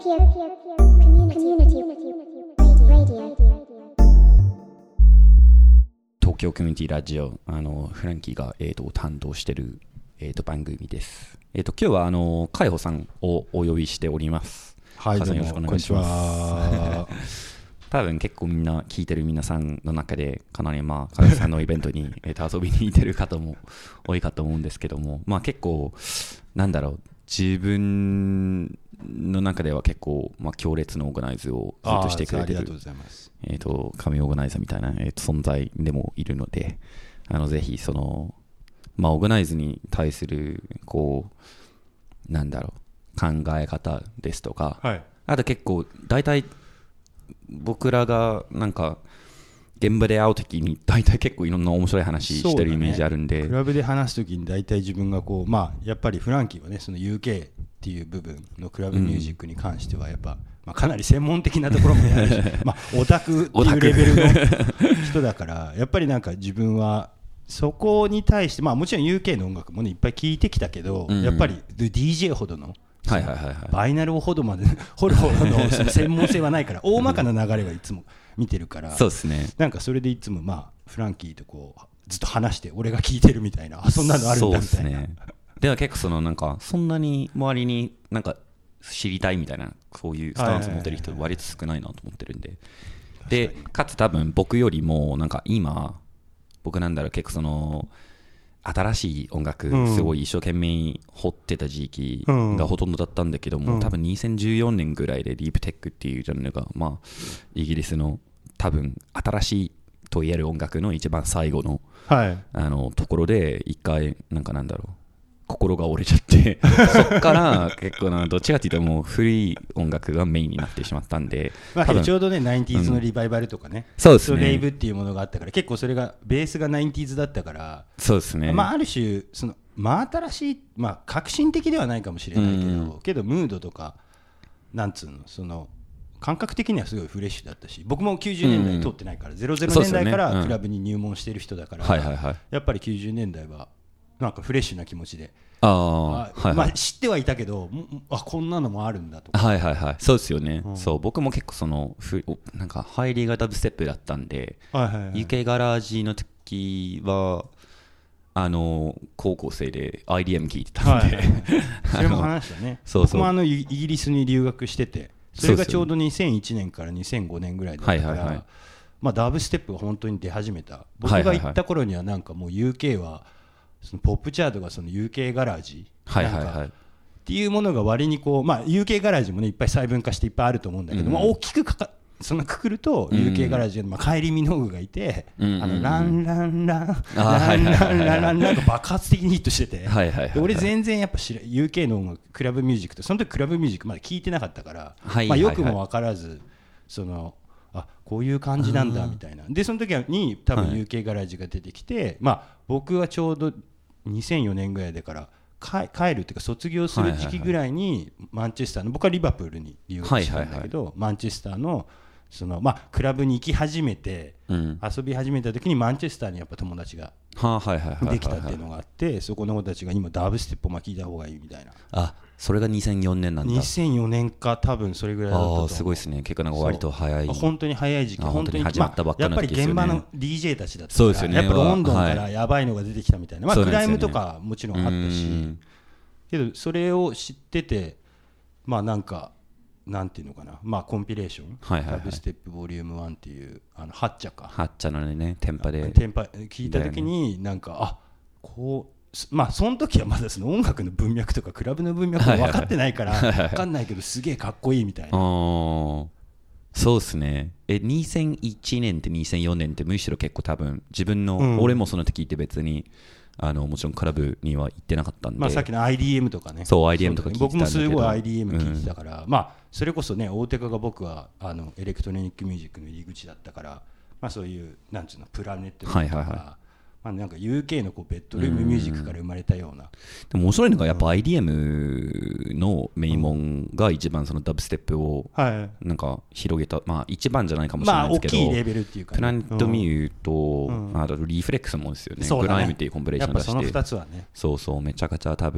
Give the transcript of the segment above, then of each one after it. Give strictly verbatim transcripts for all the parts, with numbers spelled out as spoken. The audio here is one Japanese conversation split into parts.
東京コミュニティラジオ、あのフランキーが、えー、と担当している、えー、と番組です。えー、と今日はあの海保さんをお呼びしております。 はい、どうもよろしくお願いします。 多分結構みんな聞いてる皆さんの中でかなりまあ海保さんのイベントにえと遊びに行ってる方も多いかと思うんですけども、まあ結構なんだろう、自分の中では結構、まあ、強烈なオーガナイズをずっとしてくれてる、えーと神オーガナイザーみたいな、えーと存在でもいるので、あのぜひその、まあ、オーガナイズに対するこうなんだろう考え方ですとか、 はい、 あと結構大体僕らがなんか現場で会うときに大体結構いろんな面白い話してるイメージあるんで、 ね、クラブで話すときに大体自分がこう、まあ、やっぱりフランキーはねその ユーケー っていう部分のクラブミュージックに関してはやっぱ、まあ、かなり専門的なところもあるしまあオタクっていうレベルの人だからやっぱりなんか自分はそこに対して、まあ、もちろん ユーケー の音楽もねいっぱい聴いてきたけど、うん、やっぱり ディージェー ほどのはいはいはいはい、 バイナルほどまで掘るほどの専門性はないから大まかな流れはいつも見てるから、 そうですね、 なんかそれでいつもまあフランキーとこうずっと話して俺が聞いてるみたいな、あそんなのあるんだみたいな。 ね、では結構そのなんかそんなに周りになんか知りたいみたいなそういうスタンス持ってる人割と少ないなと思ってるんで、でかつ多分僕よりもなんか今僕なんだろう結構その新しい音楽すごい一生懸命掘ってた時期がほとんどだったんだけども、うん、多分にせんじゅうよねんぐらいでディープテックっていうジャンルが、まあ、イギリスの多分新しいと言える音楽の一番最後の、はい、あのところで一回なんかなんだろう心が折れちゃってそっから結構などっちかっていうともう古い音楽がメインになってしまったんで、 まあ、ちょうどね ナインティーズ のリバイバルとかね、 うん、そうですね、 レイブっていうものがあったから結構それがベースが ナインティーズ だったから、 そうですね、 まあ、ある種その真新しい、まあ、革新的ではないかもしれないけど、うん、けどムードとかなんつうのその感覚的にはすごいフレッシュだったし、僕もきゅうじゅうねんだい通ってないから、うん、ゼロゼロねんだいからクラブに入門してる人だから、やっぱりきゅうじゅうねんだいはなんかフレッシュな気持ちで、ああ、はいはい、まあ、知ってはいたけど、あこんなのもあるんだとか、 はいはいはい、そうですよね、うん、そう僕も結構そのふなんか入りがダブステップだったんで、はいはいはい、ユーケー ガラージの時はあの高校生で アイディーエム 聞いてたんで、はいはいはい、 それも話したねそうそう、僕もあのイギリスに留学してて、それがちょうどにせんいちねんからにせんごねんぐらいだったから、はいはいはい、まあ、ダブステップが本当に出始めた、僕が行った頃にはなんかもう ユーケー はそのポップチャートがその ユーケー ガラージ、はいはいはい、っていうものが割にこう、まあ、ユーケー ガラージもねいっぱい細分化していっぱいあると思うんだけど、うん、まあ、大きくかかそのくくると ユーケー ガラージの、まあ、カイリー・ミノーグがいて、うん、あのランランランランランランランなんか爆発的にヒットしてて、はいはいはいはい、で俺全然やっぱ知ら ユーケー の音楽クラブミュージックとその時クラブミュージックまだ聞いてなかったから、はいはいはい、まあ、よくも分からずそのあこういう感じなんだみたいなで、その時に多分 ユーケー ガラージが出てきて、はい、まあ、僕はちょうどにせんよねんぐらいだから帰るっていうか卒業する時期ぐらいにマンチェスターの、僕はリバプールに留学したんだけど、マンチェスターのそのまあクラブに行き始めて遊び始めた時にマンチェスターにやっぱ友達ができたっていうのがあって、そこの子たちが今ダブステップを聞いた方がいいみたいな。 あ、それがにせんよねんなんだ。 にせんよねんか多分それぐらいだったと思う。 あ、すごいですね。結構なんか割と早い、 本当に早い時期、 本当に始まったばっかの時ですよね。 まあ、やっぱり現場の ディージェー たちだったから、 そうですよね、 やっぱロンドンからやばいのが出てきたみたいな、まあ、クライムとかもちろんあったし、けどそれを知ってて、まあなんかなんていうのかな、まあ、コンピレーション、はいはいはい、ダブステップボリュームワンっていうあのハッチャかハッチャのねテンパでテンパ聞いた時になんか、あこうまあその時はまだその音楽の文脈とかクラブの文脈も分かってないから分かんないけどすげえかっこいいみたいな。 そうですね。えにせんいちねんってにせんよねんってむしろ結構多分自分の、うん、俺もその時って別にあのもちろんクラブには行ってなかったんで、 まあ、さっきの アイディーエム とかね、 そう アイディーエム とか聞いてたんだけど、 僕もすごい アイディーエム 聞いてたから、うん、まあそれこそね大手家が僕はあのエレクトロニックミュージックの入り口だったから、まあ、そういうなんつうのプラネットとか、はいはいはい、まあ、なんか ユーケー のこうベッドルームミュージックから生まれたような、 でも面白いのがやっぱ アイディーエム のメインモンが一番そのダブステップをなんか広げた、まあ一番じゃないかもしれないですけど、 まあ大きいレベルっていうか、ね、 プラネットミューと、うん、あとリフレックスもですよね、グライムっていうコンプレーション出して、 やっぱそのふたつはね、 そうそうめちゃくちゃ多分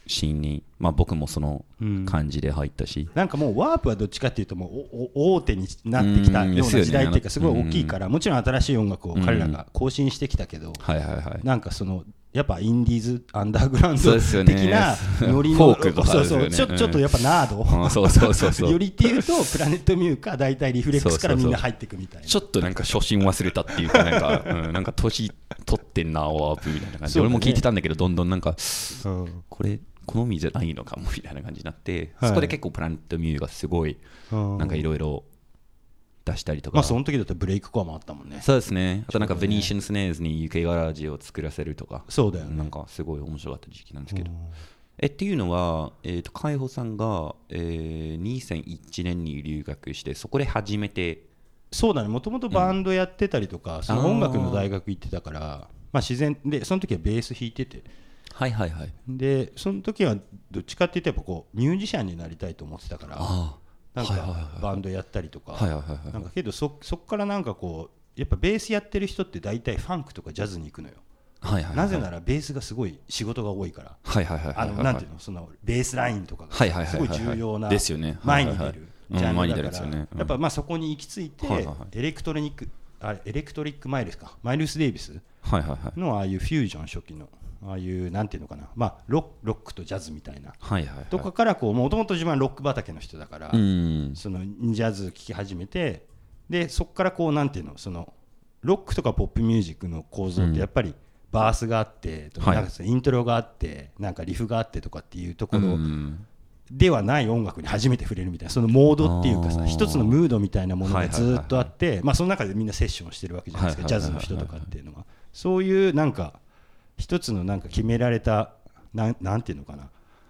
シーンに、まあ、僕もその感じで入ったし、 うん、なんかもうワープはどっちかっていうともう大手になってきたような時代っていうかすごい大きいから、もちろん新しい音楽を彼らが更新してきたけど、なんかそのやっぱインディーズアンダーグラウンド的なノリのフォークとかですよね。そうそう、ちょっとやっぱナード、うん、そうそうそうそうよりっていうとプラネットミューか大体リフレックスからみんな入っていくみたいな。 そうそうそう、ちょっとなんか初心忘れたっていうかなんか、うん、なんか年取ってんなワープみたいな感じで、ね、俺も聞いてたんだけどどんどんなんか、うん、これ好みじゃないのかもみたいな感じになって、はい、そこで結構プラネットミューがすごいなんかいろいろ出したりとか、 まあその時だとブレイクコアもあったもんね。 そうですね。あとなんかベニーシャンスネーズに ユーケー ガラージを作らせるとか、 そうだよね。 なんかすごい面白かった時期なんですけど、えっていうのは、えーと海保さんが、えー、にせんいちねんに留学してそこで初めて。 そうだね、もともとバンドやってたりとか、うん、その音楽の大学行ってたから、まあ自然でその時はベース弾いてて、 はいはいはい、 でその時はどっちかっていうとやっぱこうミュージシャンになりたいと思ってたから、あなんかバンドやったりとか、なんかけどそそこからなんかこうやっぱベースやってる人って大体ファンクとかジャズに行くのよ。はいはいはい、なぜならベースがすごい仕事が多いから、あのなんていうのそのベースラインとかがすごい重要な前に出るジャンルだから、やっぱまあそこに行き着いてエレクトロニックあエレクトリックマイルスかマイルス・デイビスのああいうフュージョン初期のああいうなんていうのかな、まあ、ロ, ロックとジャズみたいな、はいはいはい、とかからもともと自分はロック畑の人だから、うん、そのジャズ聴き始めて、でそこからこうなんていうのそのロックとかポップミュージックの構造ってやっぱりバースがあって、うん、なんかイントロがあってなんかリフがあってとかっていうところではない音楽に初めて触れるみたいな、そのモードっていうかさ一つのムードみたいなものがずっとあって、まあその中でみんなセッションしてるわけじゃないですか、ジャズの人とかっていうのはそういうなんか一つのなんか決められたな ん, なんていうのかな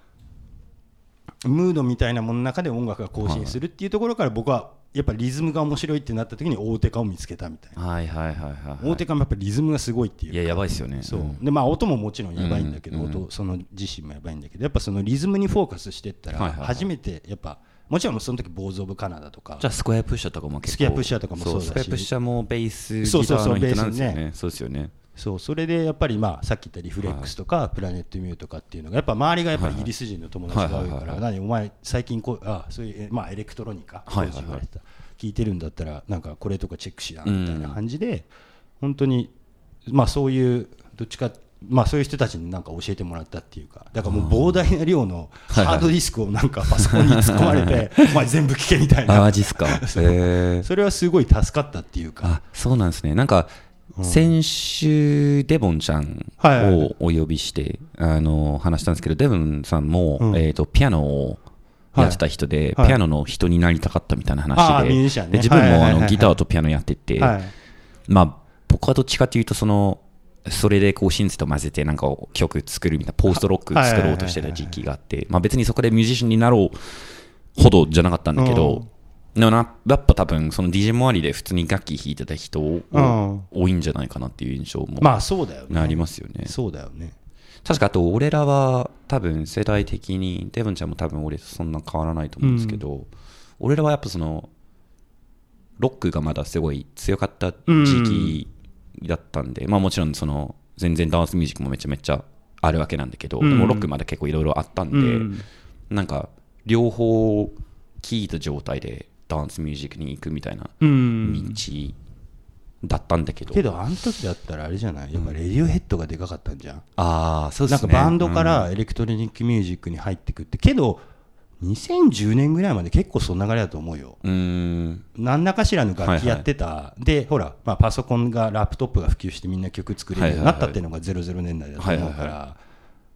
ムードみたいなものの中で音楽が更新するっていうところから僕はやっぱリズムが面白いってなった時に大手化を見つけたみたいな、はいはいはいはいはい、大手化もやっぱリズムがすごいっていうか、 いややばいですよね。 そう、うん、でまあ音ももちろんやばいんだけど、うん、音その自身もやばいんだけどやっぱそのリズムにフォーカスしていったら初めてやっぱもちろんその時ボーズ・オブ・カナダとかじゃあスクエアプッシャーとかも結構スクエアプッシャーとかもそうだし、 スクエアプッシャーもベースギターの人なんですよね。そうですよね。 そうそれでやっぱりまあさっき言ったリフレックスとかプラネットミューとかっていうのがやっぱ周りがやっぱりイギリス人の友達が多いから、何お前最近こうあそういうまあエレクトロニカ当時言われた聞いてるんだったらなんかこれとかチェックしなみたいな感じで本当にまあそういうどっちかまあそういう人たちになんか教えてもらったっていうか、だからもう膨大な量のハードディスクをなんかパソコンに突っ込まれてお前全部聞けみたいな、 マジっすか。それはすごい助かったっていうか。 あ、そうなんですね。なんか先週デボンちゃんをお呼びしてあの話したんですけど、デボンさんも、うんえー、とピアノをやってた人で、はい、ピアノの人になりたかったみたいな話 で, で、ね、で自分もあのギターとピアノやってて、はい、まあ僕はどっちかというとそのそれでこうシンセと混ぜてなんか曲作るみたいなポーストロック作ろうとしてた時期があって、まあ別にそこでミュージシャンになろうほどじゃなかったんだけど、うんでもなやっぱ多分その ディージェー 周りで普通に楽器弾いてた人多いんじゃないかなっていう印象もまあそうだよね。 ありますよね。 そうだよね。 確かあと俺らは多分世代的にデブンちゃんも多分俺とそんな変わらないと思うんですけど、うん、俺らはやっぱそのロックがまだすごい強かった時期だったんで、うん、まあもちろんその全然ダンスミュージックもめちゃめちゃあるわけなんだけど、うん、でもロックまだ結構いろいろあったんで、うん、なんか両方聴いた状態でダンスミュージックに行くみたいな道だったんだけど、 けどあの時だったらあれじゃない、やっぱレディオヘッドがでかかったんじゃん。 ああそうですね。 なんかバンドからエレクトロニックミュージックに入ってくって、けどにせんじゅうねんぐらいまで結構その流れだと思うよ。うーん何らかしらの楽器やってた、はいはい、でほら、まあ、パソコンがラップトップが普及してみんな曲作れるようになったっていうのがゼロゼロねんだいだと思うから、はいはいはい、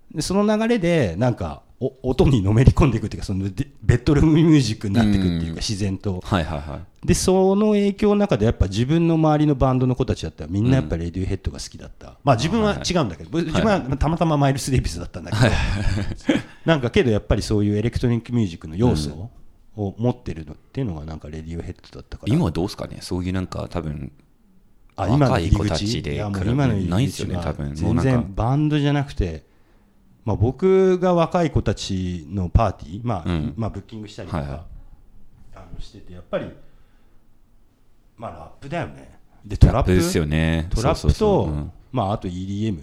でその流れでなんかお音にのめり込んでいくっていうか、そのベッドルームミュージックになっていくっていうか、自然と、はいはいはい、でその影響の中でやっぱ自分の周りのバンドの子たちだったらみんなやっぱレディオヘッドが好きだった、うん、まあ自分は違うんだけど、はい、自分はたまたまマイルス・デイビスだったんだけど、はい、なんかけどやっぱりそういうエレクトロニックミュージックの要素を持ってるのっていうのがなんかレディオヘッドだったから。 今はどうですかね、そういうなんか多分あ今の入り口で今の入り口は全然バンドじゃなくて、まあ、僕が若い子たちのパーティー、まあうんまあ、ブッキングしたりとか、はいはい、あのしててやっぱり、まあ、ラップだよね。でトラップですよね。トラップと、そうそうそう、うんまあ、あと イーディーエム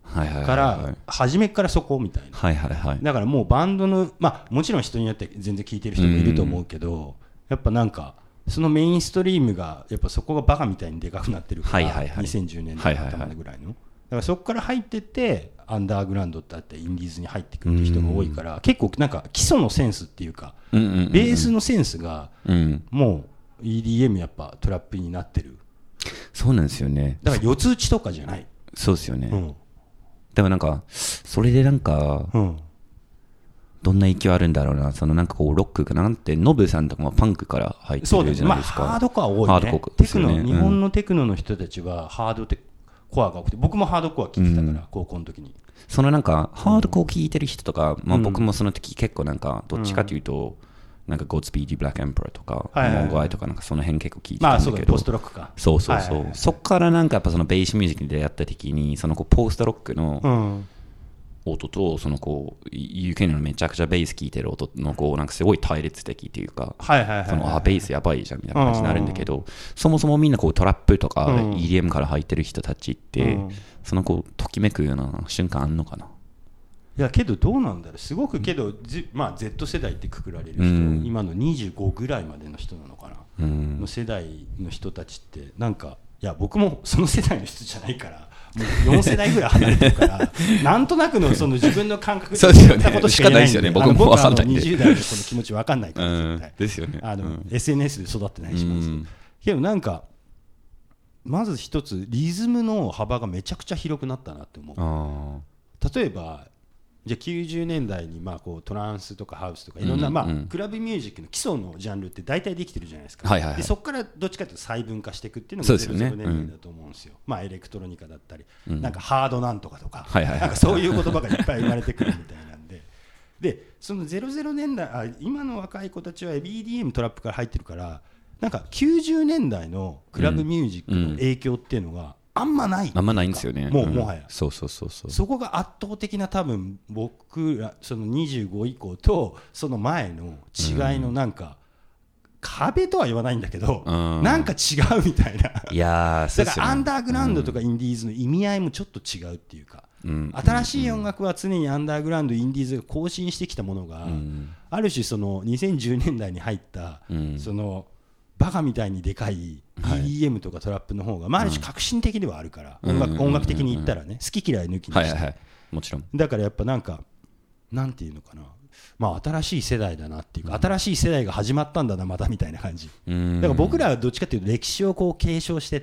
から初めからそこみたいな、 はいはいはい、 だからもうバンドの、まあ、もちろん人によって全然聴いてる人もいると思うけど、うん、やっぱなんかそのメインストリームがやっぱそこがバカみたいにでかくなってるから、はいはいはい、にせんじゅうねんだい頭ぐらいの、だからそこから入ってってアンダーグラウンドだってインディーズに入ってくるって人が多いから、うん、結構なんか基礎のセンスっていうか、うんうんうんうん、ベースのセンスがもう イーディーエム やっぱトラップになってる。 そうなんですよね。 だから四つ打ちとかじゃない。 そうですよね、うん、でもなんかそれでなんか、うん、どんな勢いあるんだろうな、そのなんかこうロックかなんてノブさんとかもパンクから入ってるじゃないですか。 まあ、ハードコア多いね。ハードコアですよね。テクノ、日本のテクノの人たちはハードテコアが多くて、僕もハードコア聴いてたから、うん、高校の時に。 そのなんかハードコア聴いてる人とか、うん、まあ、僕もその時結構なんかどっちかというと、うん、なんか Godspeed Black Emperor とか、はいはいはい、モーゴアイとかなんかその辺結構聞いてたんだけど、まあそうだ、 ポストロックか。 そうそうそう、はいはいはい、そっからなんかやっぱそのベースミュージックに出会った時にそのこうポストロックの音とそのこう ユーケー のめちゃくちゃベース聴いてる音のこうなんかすごい対立的っていうか、 はいはいはいはい、 そのあベースやばいじゃんみたいな感じになるんだけど、うん、そもそもみんなこうトラップとか イーディーエム から入ってる人たちって、うん、そのこうときめくような瞬間あんのかな。 いやけどどうなんだろう、すごくけど、まあ、Z 世代ってくくられる人、うん、今のにじゅうごぐらいまでの人なのかな、うん、の世代の人たちってなんか、いや僕もその世代の人じゃないからもうよん世代ぐらい離れてるからなんとなくのその自分の感覚でやったことしか言えないんで、ね、僕も分かんないんで、僕はにじゅう代のこの気持ち分かんないから絶対、 うん、ですよね、 あの、うん、エスエヌエス で育ってないします、うん、けどなんかまず一つリズムの幅がめちゃくちゃ広くなったなって思う。例えばじゃあきゅうじゅうねんだいにまあこうトランスとかハウスとかいろんなまあクラブミュージックの基礎のジャンルって大体できてるじゃないですか、はいはいはい、でそこからどっちかというと細分化していくっていうのがゼロゼロねんだいだと思うんですよ、うん、まあエレクトロニカだったり、うん、なんかハードなんとかとか、はいはいはい、なんかそういう言葉がいっぱい生まれてくるみたいなんででそのゼロゼロねんだいあ今の若い子たちは ビーディーエム トラップから入ってるからなんかきゅうじゅうねんだいのクラブミュージックの影響っていうのがあんまない、 あんまないんですよね。 もうもはや、うん、 そうそうそうそう。 そこが圧倒的な多分僕らそのにじゅうご以降とその前の違いのなんか、うん、壁とは言わないんだけど、うん、なんか違うみたいな。 いやー、 だからアンダーグラウンドとかインディーズの意味合いもちょっと違うっていうか、うん、新しい音楽は常にアンダーグラウンドインディーズが更新してきたものが、うん、ある種そのにせんじゅうねんだいに入った、うん、そのバカみたいにでかい イーディーエム とかトラップの方が、まあ、ある種革新的ではあるから、うん、音楽、音楽的に言ったらね、好き嫌い抜きにして、はいはいはい、 もちろんだからやっぱなんかなんていうのかな、まあ、新しい世代だなっていうか、うん、新しい世代が始まったんだなまたみたいな感じ、うん、だから僕らはどっちかっていうと歴史をこう継承してって、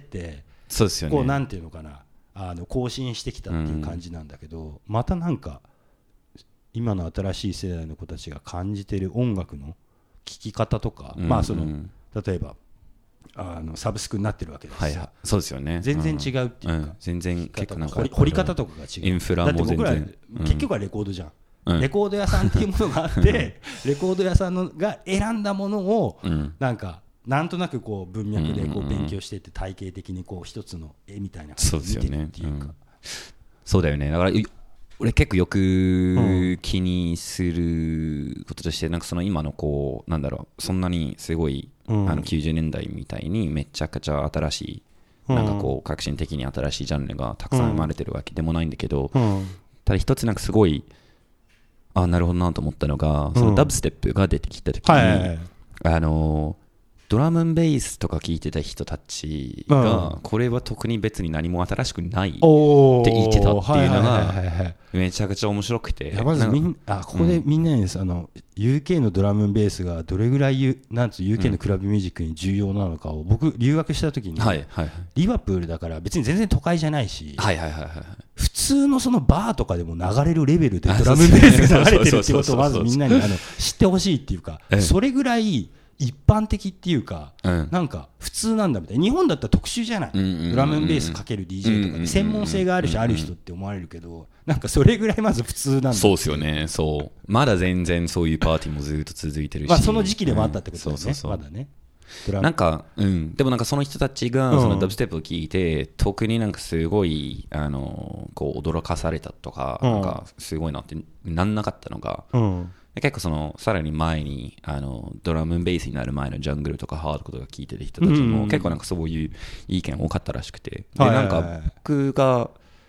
そうですよね、 こうなんていうのかな、あの更新してきたっていう感じなんだけど、うん、またなんか今の新しい世代の子たちが感じてる音楽の聴き方とか、うん、まあその例えばあのサブスクになってるわけです、はいはい、 そうですよね、 全然違うっていうか、うん、 全然結構なんか掘り、掘り方とかが違う。 インフラも全然、だって僕ら、うん、結局はレコードじゃん、うん、レコード屋さんっていうものがあってレコード屋さんのが選んだものを、うん、なんかなんとなくこう文脈でこう勉強していって体系的にこう一つの絵みたいな感じで見てるっていうか、 そうですよね、うん、そうだよね。だから俺結構よく気にすることとして、なんかその今のこうなんだろう、そんなにすごい、うん、あのきゅうじゅうねんだいみたいにめちゃくちゃ新しい、うん、なんかこう革新的に新しいジャンルがたくさん生まれてるわけでもないんだけど、うん、ただ一つなんかすごいあなるほどなと思ったのが、そのダブステップが出てきた時に、はいはいはい、あのドラムンベースとか聴いてた人たちが、うん、これは特に別に何も新しくないって言ってたっていうのがめちゃくちゃ面白くて、 まずみんあここでみんなにです、うん、あの ユーケー のドラムンベースがどれぐらいなんつう ユーケー のクラブミュージックに重要なのかを、僕留学した時に、はいはいはい、リバプールだから別に全然都会じゃないし、はいはいはいはい、普通のそのバーとかでも流れるレベルでドラムンベースが流れてるってことをまずみんなにあの知ってほしいっていうか、それぐらい一般的っていうか、うん、なんか普通なんだみたいな。日本だったら特殊じゃない、うんうんうんうん、ドラムンベースかける ディージェー とかで専門性があるしある人って思われるけど、なんかそれぐらいまず普通なんだ。 そうですよね。そうまだ全然そういうパーティーもずっと続いてるし、 まあ、その時期でもあったってことだよね、うん、そうそうそうまだね。 なんか、うん、でもなんかその人たちがそのダブステップを聞いて、うん、特になんかすごいあのこう驚かされたとか、うん、なんかすごいなってなんなかったのが、うん、結構そのさらに前にあのドラムンベースになる前のジャングルとかハードコとか聞いてる人たちも結構なんかそういう意見多かったらしくて、でなんか僕が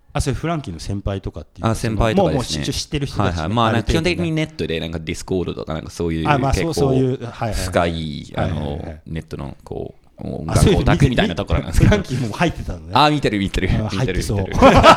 あ、それフランキーの先輩とかっていうあ先輩とかですね。 もうもう知ってる人たち、ね、 はいはい、まあ、基本的にネットでなんかディスコードとかなんかそういう結構深いあのネットのこう音楽オタクみたいなところなんですけど、 フランキーも入ってたのね。 あ、見てる見てる見てる見てる。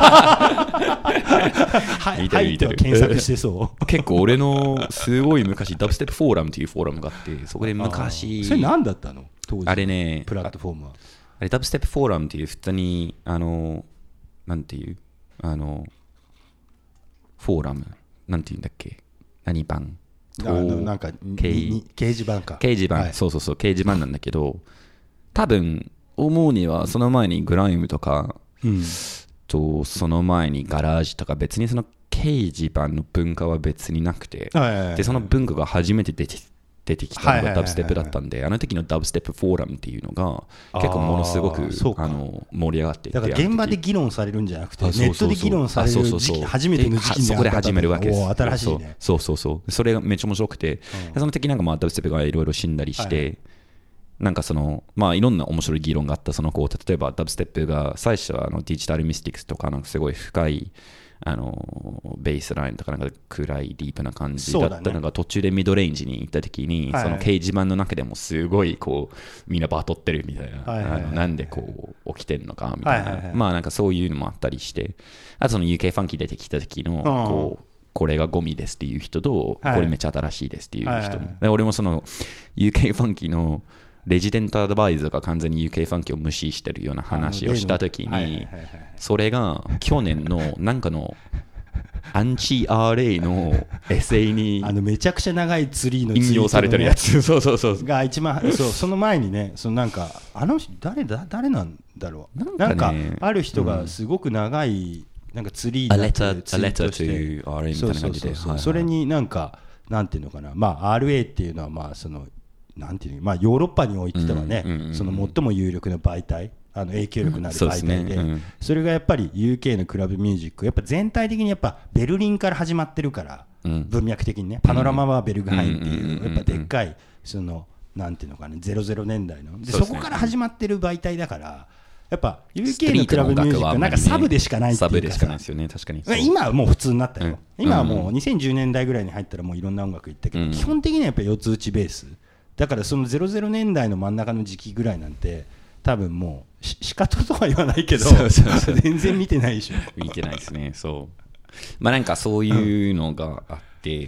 見てる見てる。 検索してそう。 結構俺のすごい昔ダブステップフォーラムっていうフォーラムがあって、そこで昔それ何だったの当時。 あれね、 プラットフォームは。 あれダブステップフォーラムっていう普通にあのなんていうあのフォーラムなんていうんだっけ、何版。 あのなんか掲示板か。 掲示板、はい、そうそうそう掲示板なんだけど。多分思うにはその前にグライムとか、うん、とその前にガラージとか別にその掲示板の文化は別になくて、はいはいはい、でその文化が初めて出て出てきたのがダブステップだったんで、あの時のダブステップフォーラムっていうのが結構ものすごくあの盛り上がっていて、 だから現場で議論されるんじゃなくてネットで議論される時期初めての時期にそこで始めるわけです。 新しいね。 そうそうそうそれがめっちゃ面白くて、うん、その時なんかまあダブステップがいろいろ死んだりして、はいはい、なんかそのまあいろんな面白い議論があった。そのこう例えばダブステップが最初はあのデジタルミスティクスとかなんかすごい深いあのベースラインとかなんか暗いディープな感じだったのが途中でミドレンジに行った時にその掲示板の中でもすごいこうみんなバトってるみたいな、なんでこう起きてるのかみたいな、まあなんかそういうのもあったりして、あとその ユーケー ファンキー出てきた時のこうこれがゴミですっていう人とこれめっちゃ新しいですっていう人、で俺もその ユーケー ファンキーのレジデントアドバイザーが完全に ユーケー ファンキーを無視してるような話をしたときに、それが去年のなんかのアンチ アールエー のエッセイにあのめちゃくちゃ長いツリーの引用されてるやつ、そうそうそうが一番そうその前にね、そのなんかあの人誰だ誰なんだろう、なんか、ね、なんかある人がすごく長いなんかツリーになってツイートして、 アールエー みたいな感じで、 それになんかなんていうのかな、まあ アールエー っていうのはまあそのなんていうの、まあ、ヨーロッパにおいてはね、うんうんうん、その最も有力な媒体、あの影響力のある媒体 で,、うん そ, でねうん、それがやっぱり ユーケー のクラブミュージックやっぱ全体的にやっぱベルリンから始まってるから、うん、文脈的にねパノラマはベルグハインっていうやっぱでっかいそのなんていうのかねゼロゼロねんだいの で そ, で、ね、そこから始まってる媒体だからやっぱ ユーケー のクラブミュージックはなんかサブでしかないっていうかさ、 サブでしかないですよね、確かに。 今はもう普通になったよ、うん、今はもうにせんじゅうねんだいぐらいに入ったらもういろんな音楽いったけど、うん、基本的にはやっぱよっつ打ちベースだから、そのゼロゼロねんだいの真ん中の時期ぐらいなんて多分もうしかととは言わないけどそうそうそう全然見てないでしょ見てないですね。そうまあなんかそういうのがあって、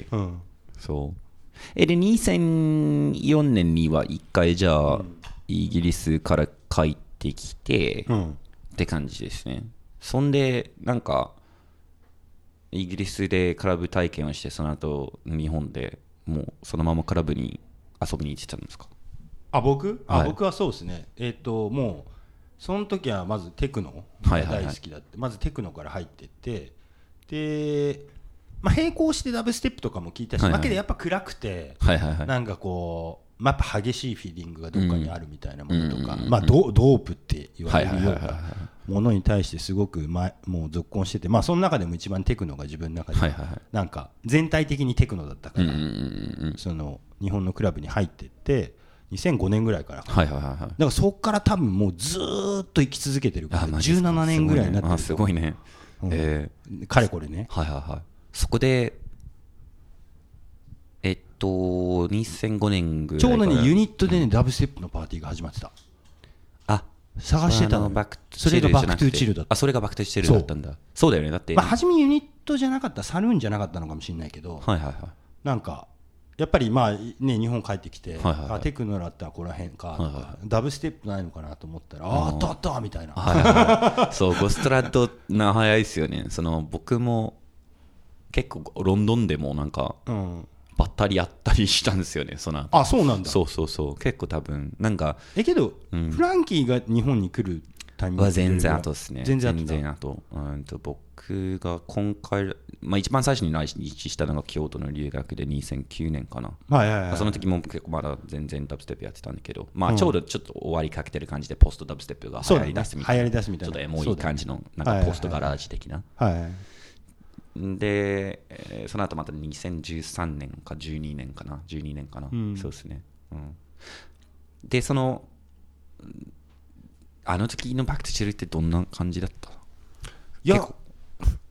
うん、そうえでにせんよねんには一回じゃあ、うん、イギリスから帰ってきて、うん、って感じですね。そんでなんかイギリスでクラブ体験をして、その後日本でもうそのままクラブに遊びに行ってたんですか？ あ 僕? あ、はい、僕はそうですね、えーと、もうその時はまずテクノが大好きだって、はいはいはい、まずテクノから入っていってで、まあ、並行してダブステップとかも聞いたし、はいはい、だけどやっぱ暗くて、はいはいはい、なんかこう、まあ、やっぱ激しいフィーリングがどっかにあるみたいなものとか、うんまあ、ド, ドープって言われるようなものに対してすごく、ま、もう続婚してて、まあ、その中でも一番テクノが自分の中でなんか全体的にテクノだったから、その日本のクラブに入ってってにせんごねんぐらいから、はいはいはいはい、だからそこから多分もうずっと生き続けてるからじゅうななねんぐらいになってる。 すごいね、 うんえー、かれこれね、 はいはいはい、そこでえっとにせんごねんぐらいちょうどねユニットでね、うん、ダブステップのパーティーが始まってた。 あ探してたのバックそれがバックトゥーチルだった。 あそれがバックトゥーチルだったんだ。そう、そうだよね。だって、 まあ、初めユニットじゃなかったサルーンじゃなかったのかもしれないけど、 はいはいはい、 なんかやっぱりまあね日本帰ってきて、はいはいはい、あテクノだったらここら辺かとか、はいはいはい、ダブステップないのかなと思ったら、ああったあったみたいな、はいはい、そうゴストラッドな早いですよね。その僕も結構ロンドンでもなんか、うんばったりやったりしたんですよね。そのあそうなんだ。 そうそうそう結構多分なんかえけど、うん、フランキーが日本に来るタイミングは全然後ですね。 全然後全然後、うんと僕が今回、まあ、一番最初に来日したのが京都の留学でにせんきゅうねんかな、はいはいはい、その時も結構まだ全然ダブステップやってたんだけど、まあ、ちょうどちょっと終わりかけてる感じでポストダブステップが流行り出すみたいな、 流行り出すみたいなちょっとエモい感じのなんかポストガラージ的な、はいはいはいで、えー、その後またにせんじゅうさんねんかじゅうにねんかなじゅうにねんかな、うん、そうですね、うん、でそのあの時のバックトゥチルってどんな感じだった？ いや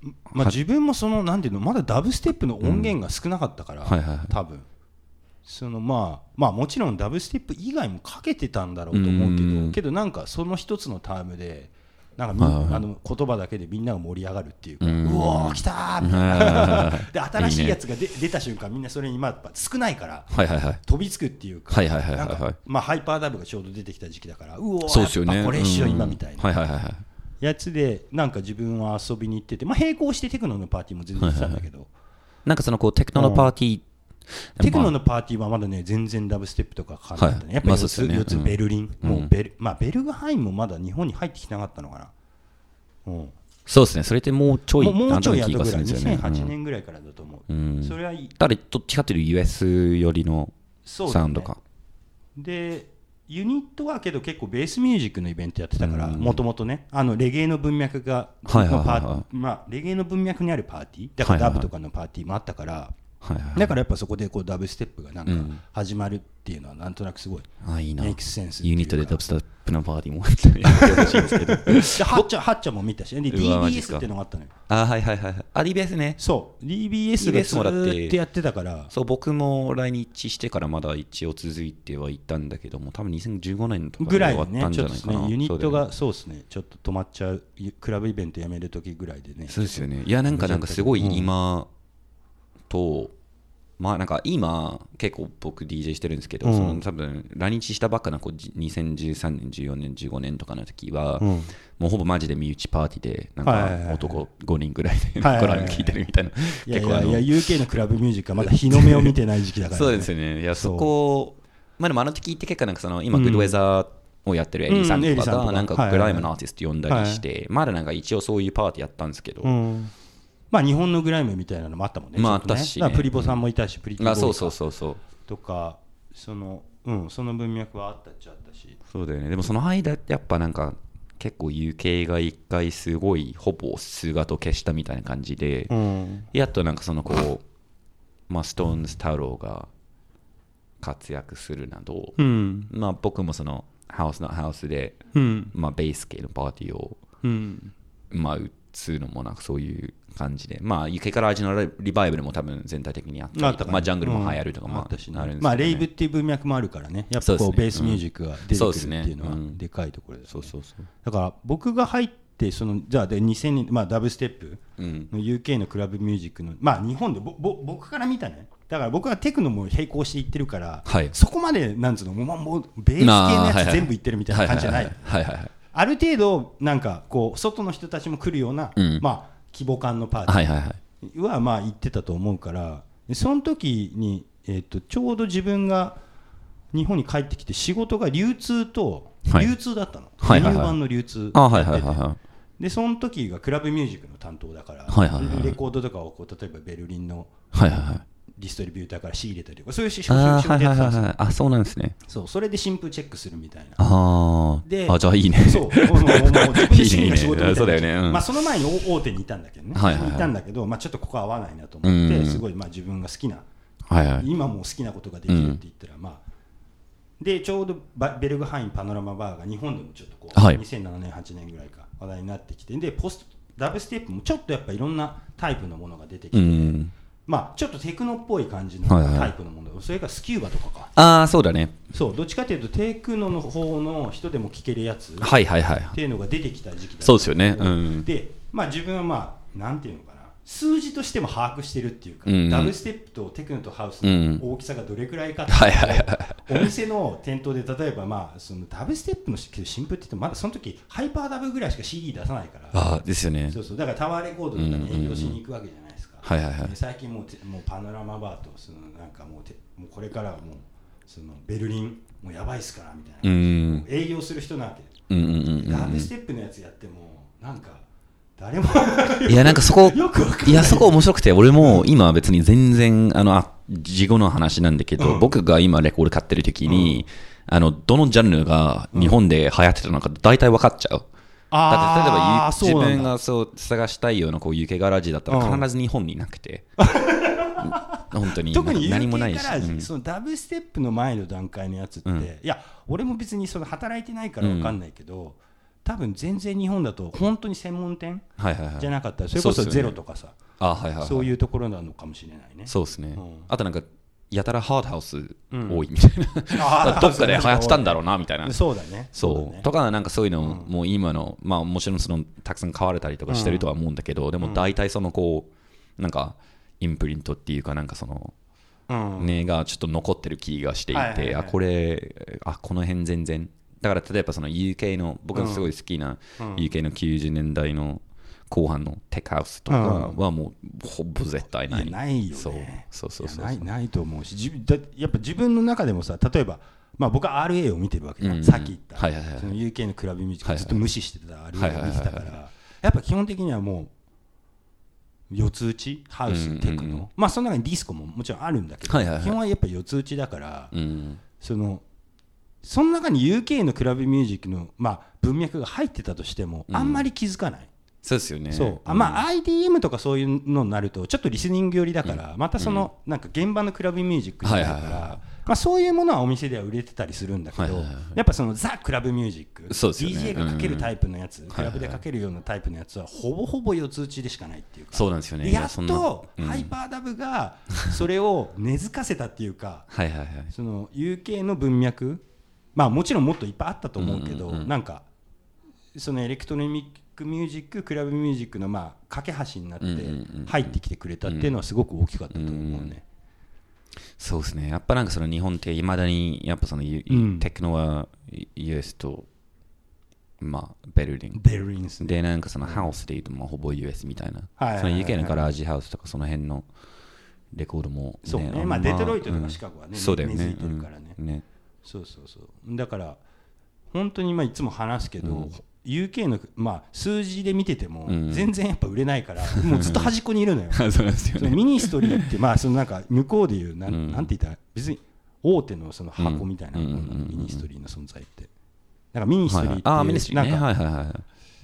まあ、自分もそのなんていうのまだダブステップの音源が少なかったから、うんはいはいはい、多分そのまあまあもちろんダブステップ以外もかけてたんだろうと思うけど、うん、けどなんかその一つのタームでなんか、はいはい、あの言葉だけでみんなが盛り上がるっていうか、うん、うおー来たーみたいなで新しいやつがでいい、ね、出た瞬間みんなそれにまあ少ないから、はいはいはい、飛びつくっていうか、はいはいはいはい、なんかまあハイパーダブがちょうど出てきた時期だからうおーそうですよね、やっぱこれ一緒今みたいな、はいはいはいはいやつでなんか自分は遊びに行ってて、まあ、並行してテクノのパーティーも全然行ってたんだけど、はいはいはい、 なんかそのこうテクノのパーティー、 うん、テクノのパーティーはまだね全然ダブステップとかかかんなかったね、はい、やっぱりよっつ、まあね、よっつベルリン、うん、もうベル、まあ、ベルグハイムもまだ日本に入ってきてなかったのかな、うん、 そうですねそれってもうちょいもうちょい後ぐらいにせんはちねんぐらいからだと思う、うん、それはいいだからどっちかというと ユーエス 寄りのサウンドか、 ね、でユニットはけど結構ベースミュージックのイベントやってたからもともとねあのレゲエの文脈が、はいはいはいはいまあ、レゲエの文脈にあるパーティーだからダブとかのパーティーもあったから、はいはいはいだからやっぱそこでこうダブステップがなんか始まるっていうのはなんとなくすごいあいいなメイクセンスユニットでダブステップのパーティーもやってほしいんですけどハッチャハッチャも見たし、ね、ディービーエス っていうのがあったのよあはいはいはいあ ディービーエス ねそう ディービーエス がずーっとやってたからそう僕も来日してからまだ一応続いてはいったんだけども多分にせんじゅうごねんとかで終わったんじゃないかな、 ね、ユニットがそうですねちょっと止まっちゃうクラブイベントやめる時ぐらいでねそうですよねいやなんかなんかすごい今とまあなんか今結構僕 ディージェー してるんですけど、うん、その多分来日したばっかなこうにせんじゅうさんねんじゅうよねんじゅうごねんとかの時は、うん、もうほぼマジで身内パーティーでなんか男ごにんぐらいでコラム聞いてるみたいな、 いやいやいや ユーケー のクラブミュージックはまだ日の目を見てない時期だから、ね、 そうですよねいやそこまあでもあの時って結構なんかその今グッドウェザーをやってるエリーさんとかがなんかグライムのアーティスト呼んだりしてまだなんか一応そういうパーティーやったんですけど、うんまあ、日本のグライムみたいなのもあったもんね。 まあ、あったし、ね、 プリボさんもいたし、プリキボーそうそうそうそうとかその、うん、その文脈はあったっちゃあったし。 そうだよね。でもその間やっぱなんか結構 ユーケー が一回すごいほぼ姿を消したみたいな感じで、うん、やっとなんかそのこう、まあ、ストーンズ太郎が活躍するなど、うん、まあ僕もそのハウスのハウスで、うんまあ、ベース系のパーティーを、うんまあ打つのもなんかそういう感じで、まあ、ユーケーから味のリバイバルも多分全体的にあったり、あまあ、ジャングルも流行るとかもあったし、ね、あるんですけどね、 まあ、レイブっていう文脈もあるからね、やっぱこうベースミュージックが出てくるっていうのはでかいところですね。だから僕が入ってそのじゃあでにせんねん、まあ、ダブステップの ユーケー のクラブミュージックの、まあ、日本でぼぼ僕から見たね、だから僕はテクノも並行していってるから、はい、そこまでなんつうのもう、もうベース系のやつ全部いってるみたいな感じじゃない。ある程度なんかこう外の人たちも来るような、うんまあ、規模感のパーティー、はいはいはいはまあ言ってたと思うから、その時に、えー、とちょうど自分が日本に帰ってきて仕事が流通と流通だったの、はい、輸入版の流通やってて、でその時がクラブミュージックの担当だから、はいはいはい、レコードとかをこう例えばベルリンの、はいはいはいディストリビューターから仕入れたりとかそういう仕事やってたんですよ。 あ、そうなんですね。 そう、それで新風チェックするみたいな。 あであ、じゃあいいね。 そう、もうもうもう自分で趣味の仕事みたいな。 そうだよね。うん、 まあその前に大手にいたんだけどね。はいはいはい、いたんだけど、まあちょっとここ合わないなと思って、うん、すごいまあ自分が好きな、はいはい、今も好きなことができるって言ったら、うん、まあでちょうどベルグハインパノラマバーが日本でもちょっとこう、はい、にせんななねんはちねんぐらいか話題になってきて、でポストダブステップもちょっとやっぱいろんなタイプのものが出てきて。うんまあ、ちょっとテクノっぽい感じのタイプのもの、はいはい、それからスキューバとかかああそうだねそうどっちかというとテクノの方の人でも聴けるやつはいはいはいっていうのが出てきた時期だったそうですよね、うん、 で、まあ、自分はまあなんていうのかな数字としても把握してるっていうか、うんうん、ダブステップとテクノとハウスの大きさがどれくらいかっていうのを、うんはいはいはい、お店の店頭で例えば、まあ、そのダブステップの新譜って言ってもまだその時ハイパーダブぐらいしか シーディー 出さないからあですよねそうそうだからタワーレコードとかに営業しに行くわけじゃないですか、はいはいはい、最近もう、もうパノラマバーとそのなんかもうてもうこれからはもうそのベルリンもうやばいっすからみたいな、うん、営業する人なわけ、うんうんうんうん、ダブステップのやつやってもなんか誰もいやなんかそこいやそこ面白くて俺も今別に全然あのあ事後の話なんだけど、うん、僕が今レコード買ってる時に、うん、あのどのジャンルが日本で流行ってたのか大体分かっちゃう、うん、だって例えば自分がそう探したいようなこう ユーケー ガラージだったら必ず日本にいなくて、うん、本当に特に ユーケー ガラージ、うん、そのダブステップの前の段階のやつって、うん、いや俺も別にその働いてないから分かんないけど、 多分全然日本だと本当に専門店じゃなかったら、それこそゼロとかさ、そういうところなのかもしれないね。 そうですね、うん、あとなんかやたらハードハウス多いみたいな、うん、どっかで流行ってたんだろうなみたいな。 そうだね。 そうそうだね。 とかなんかそういうのもう今の、まあもちろんそのたくさん買われたりとかしてるとは思うんだけど、うん、でも大体そのこうなんかインプリントっていうかなんかその、うん、ねがちょっと残ってる気がしていて、はいはいはい、あこれあこの辺全然だから例えばその ユーケー の僕のすごい好きな ユーケー のきゅうじゅうねんだいの後半のテックハウスとかはもうほぼ絶対ない。 いやないよね。 そうそうそうそうないないと思うし、だやっぱ自分の中でもさ、例えばまあ僕は アールエー を見てるわけじゃん、うんうん、さっき言った、はいはいはい、その ユーケー のクラブミュージックずっと無視してた アールエー を見てたから、やっぱ基本的にはもう四つ打ちハウス、うんうんうん、テクノ、まあその中にディスコももちろんあるんだけど、はいはいはい、基本はやっぱ四つ打ちだから、うん、そのその中に ユーケー のクラブミュージックの、まあ、文脈が入ってたとしても、うん、あんまり気づかない。 そうですよね。 そう、あ、まあ、アイディーエム とかそういうのになるとちょっとリスニング寄りだから、うん、またその、なんか現場のクラブミュージックじゃないから、はいはいはい、まあ、そういうものはお店では売れてたりするんだけど、はいはいはい、やっぱそのザ・クラブミュージック、そうですよね、ディージェー がかけるタイプのやつ、うん、クラブでかけるようなタイプのやつはほぼほぼ四つ打ちでしかないっていうか、 そうなんですよね。 やっとハイパーダブがそれを根付かせたっていうかはいはい、はい、その ユーケー の文脈、まあもちろんもっといっぱいあったと思うけど、うんうんうん、なんかそのエレクトロニックミュージック、クラブミュージックのまあ架け橋になって入ってきてくれたっていうのはすごく大きかったと思うね。うんうんうん、 そうですね。やっぱなんかその日本っていまだにやっぱその、うん、テクノは ユーエス とまあベルリン、 ベルリンですね。 でなんかそのハウスでいうとまあほぼ ユーエス みたいな、はいはいはいはい、その ユーケー のガラージハウスとかその辺のレコードも、ね、 そうね。まあデトロイトとかシカゴはね、うん、そうだよね、根付いてるからね。 うん、ね。 そうそうそう。だから本当にまあいつも話すけど、うん、ユーケー の、まあ、数字で見てても全然やっぱ売れないから、うん、もうずっと端っこにいるのよ。そうですよね。そのミニストリーってまあそのなんか向こうでいうな、うん、なんて言ったら別に大手のその箱みたいなものなの、うん、ミニストリーの存在って。なんかミニストリーっていう、はいはい、あミニストリーね、なんか、はいはいはい、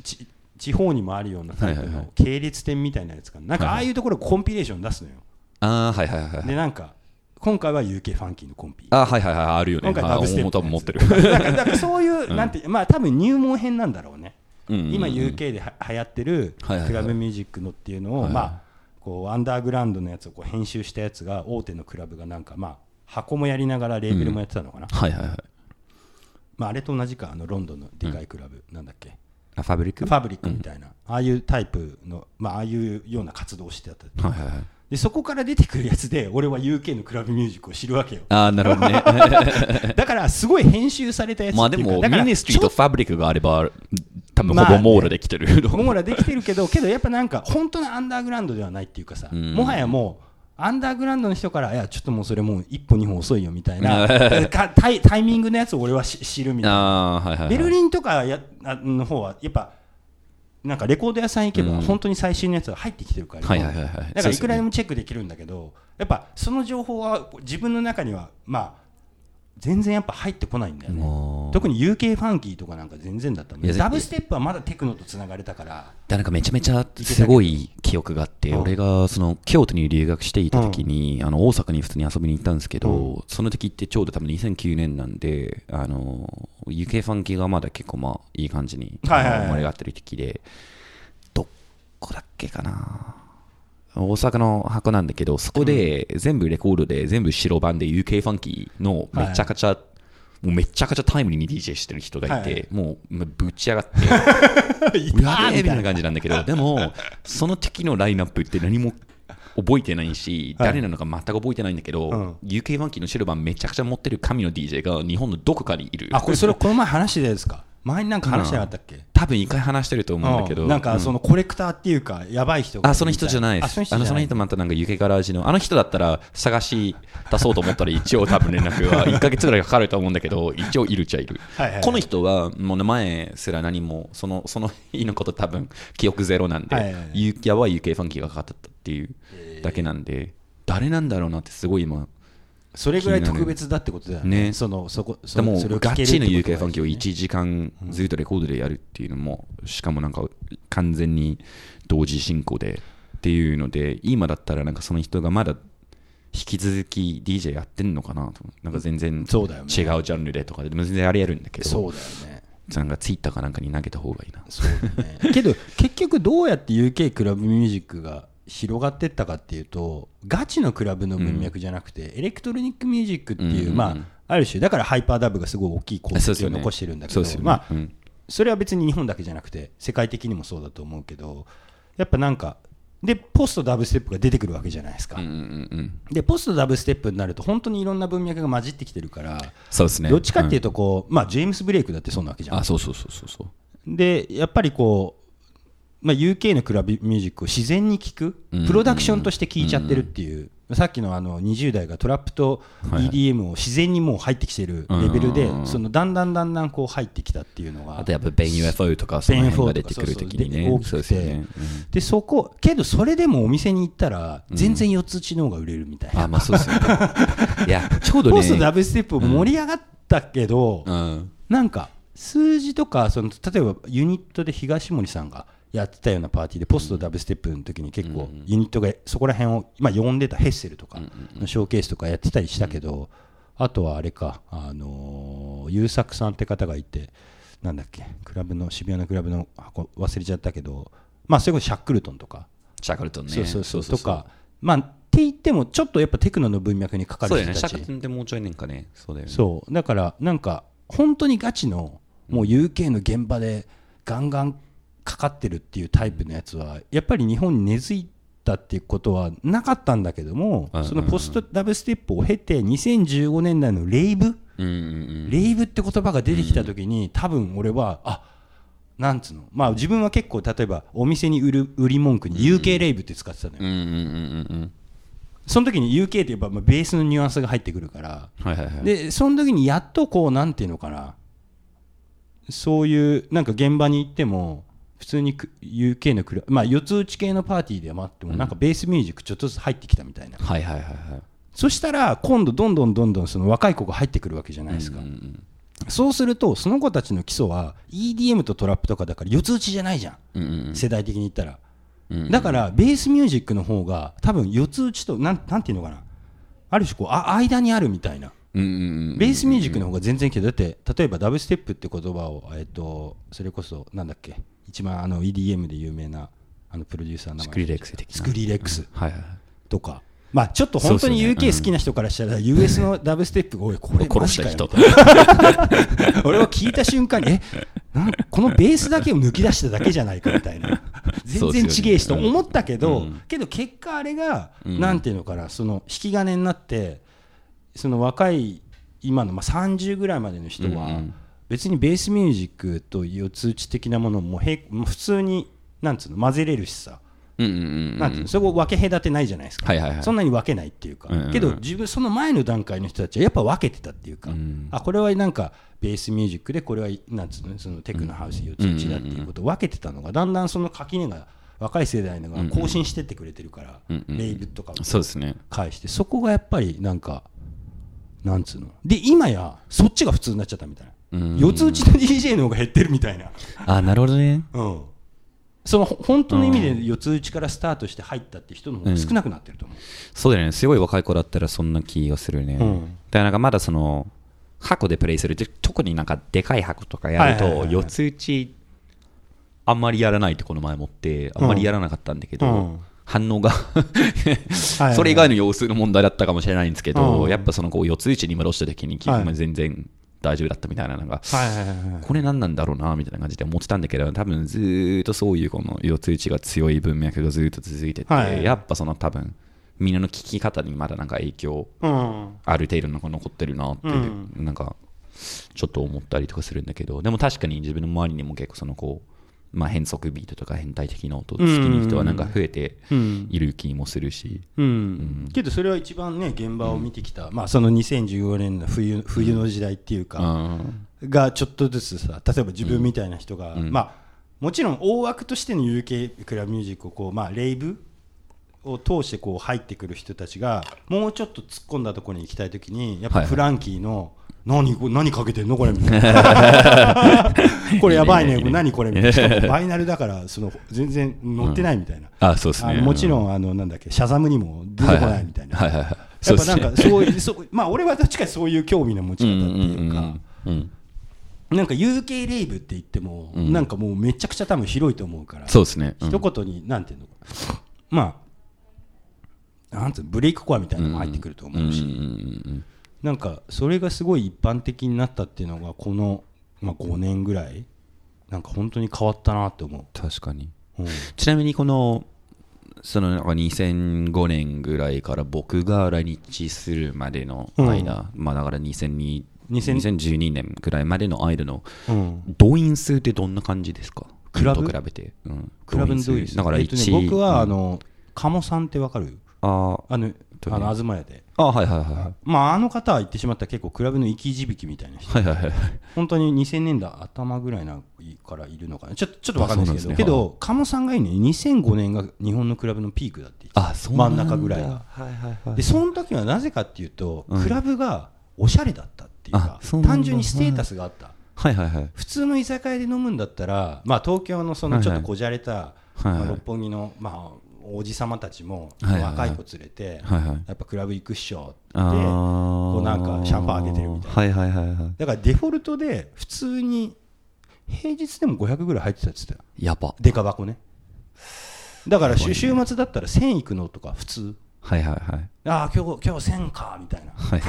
ち地方にもあるようなタイプの系列店みたいなやつかな、なんかああいうところコンピレーション出すのよ。 あはいはいはい。 でなんか今回は ユーケー ファンキーのコンピ、 あはいはいはい、あるよね。 今回ダブステップ多分持ってる。 だからだからそういう、うん、なんてまあ多分入門編なんだろうね。うんうんうん、今 ユーケー では流行ってるクラブミュージックのっていうのを、はいはいはい、まあこうアンダーグラウンドのやつをこう編集したやつが大手のクラブがなんかまあ箱もやりながらレーベルもやってたのかな。うん、はいはいはい。まああれと同じか、あのロンドンのでかいクラブ、うん、なんだっけ。 あファブリック。 ファブリックみたいな、うん、ああいうタイプのまあああいうような活動をしてた。はいはいはい。でそこから出てくるやつで俺は ユーケー のクラブミュージックを知るわけよ。 ああなるほどね。 だからすごい編集されたやつっていうか、 まあでもミニストリーとファブリックがあれば多分ほぼ網羅できてる、まあね、 網羅できてるけどけどやっぱなんか本当のアンダーグラウンドではないっていうかさ、うん、もはやもうアンダーグラウンドの人からいやちょっともうそれもう一歩二歩遅いよみたいなタイ、タイミングのやつを俺は知るみたいな。あ、はいはいはい、ベルリンとかやの方はやっぱなんかレコード屋さん行けば本当に最新のやつが入ってきてるから、だからいくらでもチェックできるんだけど、やっぱその情報は自分の中にはまあ全然やっぱ入ってこないんだよね。特に ユーケー ファンキーとかなんか全然だったもん。ダブステップはまだテクノとつながれたから。 なんかめちゃめちゃすごい記憶があって、俺がその京都に留学していた時に、うん、あの大阪に普通に遊びに行ったんですけど、うん、その時ってちょうど多分にせんきゅうねんなんで、あの ユーケー ファンキーがまだ結構まあいい感じに盛り上がってる時で、どこだっけかな、大阪の箱なんだけど、そこで全部レコードで全部白版で ユーケー ファンキーのめちゃくちゃ、はい、もうめちゃくちゃタイムリーに ディージェー してる人がいて、はい、もうぶち上がってうわーみたいな感じなんだけど、でもその時のラインナップって何も覚えてないし、はい、誰なのか全く覚えてないんだけど、うん、ユーケー ファンキーの白版めちゃくちゃ持ってる神の ディージェー が日本のどこかにいる。 あ、これそれこの前話してたやつか。前になんか話してなかったっけ、うん、 多分一回話してると思うんだけど、 なんかそのコレクターっていうかやばい人が、 あその人じゃないです。あその人, あのその人またなんかユーケーガラージのあの人だったら探し出そうと思ったら一応多分連絡はいっかげつぐらいかかると思うんだけど一応いるっちゃいる。はいはいはい、この人はもう名前すら何もそのその日のこと多分記憶ゼロなんで、はいはいはい、ユーキャは ユーケー ファンキーがかかったっていうだけなんで、誰なんだろうなってすごい今それぐらい特別だってことだよね。そのそこそでもガッチリの ユーケー ファンキーをいちじかんずっとレコードでやるっていうのも、しかもなんか完全に同時進行でっていうので、今だったらなんかその人がまだ引き続き ディージェー やってんのかなと、なんか全然違うジャンルでとかでも全然ありえるんだけど、 そうだよね。 なんかツイッターかなんかに投げた方がいいな。 そうだねけど結局どうやって ユーケー クラブミュージックが広がっていったかっていうと、ガチのクラブの文脈じゃなくて、うん、エレクトロニックミュージックっていう、うん、まあある種だからハイパーダブがすごい大きい功績を残してるんだけど、まあ、うん、それは別に日本だけじゃなくて世界的にもそうだと思うけど、やっぱなんかでポストダブステップが出てくるわけじゃないですか、うんうんうん、でポストダブステップになると本当にいろんな文脈が混じってきてるから、 そうですね、 どっちかっていうとこう、うん、まあジェームス・ブレイクだってそうなわけじゃん。 あ、そうそうそうそうそう。 でやっぱりこう、まあ、ユーケー のクラブミュージックを自然に聴くプロダクションとして聴いちゃってるっていう、うんうんうん、さっきのあのにじゅう代がトラップと イーディーエム を自然にもう入ってきてるレベルで、そのだんだんだんだんこう入ってきたっていうのが、 あとやっぱベン ユーエフオー とかその辺が出てくるときにね、 大きくて、でそこけどそれでもお店に行ったら全然四つ打ちの方が売れるみたいな、 あ、まあそうですよねいやちょうどねポストダブステップ盛り上がったけど、うん、なんか数字とかその例えばユニットで東森さんがやってたようなパーティーでポストダブステップの時に結構ユニットがそこら辺を、まあ、呼んでたヘッセルとかのショーケースとかやってたりしたけど、あとはあれか、あのー、優作さんって方がいて、なんだっけ、クラブの渋谷のクラブの箱忘れちゃったけど、まあそれこそシャックルトンとかシャックルトンね、 そうそうそうとか、まあって言ってもちょっとやっぱテクノの文脈にかかる人たち、 そうだよね、シャックルトンってもうちょい年かね、そうだよね。 そうだからなんか本当にガチのもう ユーケー の現場でガンガンかかってるっていうタイプのやつはやっぱり日本に根付いたっていうことはなかったんだけども、そのポストダブステップを経てにせんじゅうごねんだいのレイブ、レイブって言葉が出てきた時に多分俺はあなんつうの、まあ自分は結構例えばお店に売る売り文句に ユーケー レイブって使ってたのよ。その時に ユーケー って言えばベースのニュアンスが入ってくるから、はいはいはい、でその時にやっとこうなんていうのかな、そういうなんか現場に行っても普通に ユーケー のクラ、まあ、四つ打ち系のパーティーで待ってもなんかベースミュージックちょっとずつ入ってきたみたいな、うん、はいはいはいはい、そしたら今度どんどんどんどんその若い子が入ってくるわけじゃないですか、うんうん、そうするとその子たちの基礎は イーディーエム とトラップとかだから四つ打ちじゃないじゃん、うんうん、世代的に言ったら、うんうん、だからベースミュージックの方が多分四つ打ちとなん、なんていうのかな、ある種こうあ間にあるみたいな、うんうんうんうん、ベースミュージックの方が全然けど、だって例えばダブステップって言葉を、えっと、それこそなんだっけ、一番あの イーディーエム で有名なあのプロデューサーの名前、 スクリレックス的なスクリレックスとか、まあちょっと本当に ユーケー 好きな人からしたら ユーエス のダブステップがおいこれマジかよみたいな俺は聞いた瞬間にえなんこのベースだけを抜き出しただけじゃないかみたいな全然違えしと思ったけど、けど結果あれがなんていうのかな、その引き金になってその若い今のまあさんじゅうぐらいまでの人は別にベースミュージックと四つ打ち的なものもへ普通になんつうの混ぜれるしさ、うんうんうん、なんていうのそこ分け隔てないじゃないですか、はいはいはい、そんなに分けないっていうか、うんうん、けど自分その前の段階の人たちはやっぱ分けてたっていうか、うん、あこれはなんかベースミュージックでこれはなんつうのそのテクノハウス四つ打ちだっていうことを分けてたのがだんだんその垣根が若い世代のが更新してってくれてるから、うんうん、レイブとかも返して、そこがやっぱりなんかなんつうので今やそっちが普通になっちゃったみたいな、四つ打ちの ディージェー の方が減ってるみたいな、 あなるほどね、 うん、その本当の意味で四つ打ちからスタートして入ったって人の方が少なくなってると思う、うん、 そうだよね、すごい若い子だったらそんな気がするね、うん、だからなんかまだその箱でプレイするって特になんかでかい箱とかやると四つ打ちあんまりやらないってこの前持ってあんまりやらなかったんだけど、うん、反応がそれ以外の様子の問題だったかもしれないんですけど、うん、やっぱそのこう四つ打ちに戻した時に全然大丈夫だったみたいなのが、はいはいはいはい、これ何なんだろうなみたいな感じで思ってたんだけど、多分ずっとそういうこの四つ打ちが強い文脈がずっと続いてて、はいはい、やっぱその多分みんなの聞き方にまだなんか影響ある程度の残ってるなって、うん、なんかちょっと思ったりとかするんだけど、でも確かに自分の周りにも結構そのこうまあ、変則ビートとか変態的な音好きな人はなんか増えている気もするし、うんうんうん、 けどそれは一番ね現場を見てきた、うんまあ、そのにせんじゅうごねんの 冬, 冬の時代っていうか、うん、がちょっとずつさ、例えば自分みたいな人が、うんまあ、もちろん大枠としての ユーケー クラブミュージックをこう、まあ、レイブを通してこう入ってくる人たちがもうちょっと突っ込んだところに行きたいときにやっぱフランキーの、はいはい何, 何かけてんのこれみたいなこれやばいね、いいねいいね何これみたいな、しかもバイナルだからその全然乗ってないみたいな、 うん、あそうですね、 あもちろんあのなんだっけシャザムにも出てこないみたいな、はいはいはいはい、やっぱなんかそういうそうまあ俺はどっちかそういう興味の持ち方っていうか、うんうんうんうん、 なんか ユーケー レイブって言っても、うん、なんかもうめちゃくちゃ多分広いと思うから、 そうですね、 うん、一言になんていうのまあなんていうのブレイクコアみたいなのも入ってくると思うし、うんうんうんうん、なんかそれがすごい一般的になったっていうのがこの、まあ、ごねんぐらいなんか本当に変わったなって思う。 確かに、うん、ちなみにこのそのなんかにせんごねんぐらいから僕が来日するまでの間、うん、まあだからにせんににせんじゅうにねんぐらいまでの間の動員数ってどんな感じですか？ クラブと比べて、うん、 クラブの動員数だからいち、えっとね、僕はあの、うん、鴨さんってわかる？ああのあの東屋で、 あはいはいはい、 まああの方は言ってしまったら結構クラブの生き字引みたいな人、 はいはいはい、 本当ににせんねんだい頭ぐらいなからいるのかな、ちょっとちょっとわかんないですけど、ね、けど鴨さんがいいねにせんごねんが日本のクラブのピークだって言って、 あそうなんだ、 真ん中ぐらいが、 はいはいはい、 でその時はなぜかっていうと、うん、クラブがおしゃれだったっていうか、単純にステータスがあった、 はいはいはい、 普通の居酒屋で飲むんだったら、まあ、東京のそのちょっとこじゃれた、はいはいまあ、六本木の、まあおじさまたちも若い子連れてやっぱクラブ行くっしょってこうなんかシャンパンあげてるみたいな、だからデフォルトで普通に平日でもごひゃくぐらい入ってたって言ってたよ。 やば、 デカ箱ね。だから週末だったらせん行くのとか普通、 はいはいはい、 ああ今日今日せんかみたいな、はい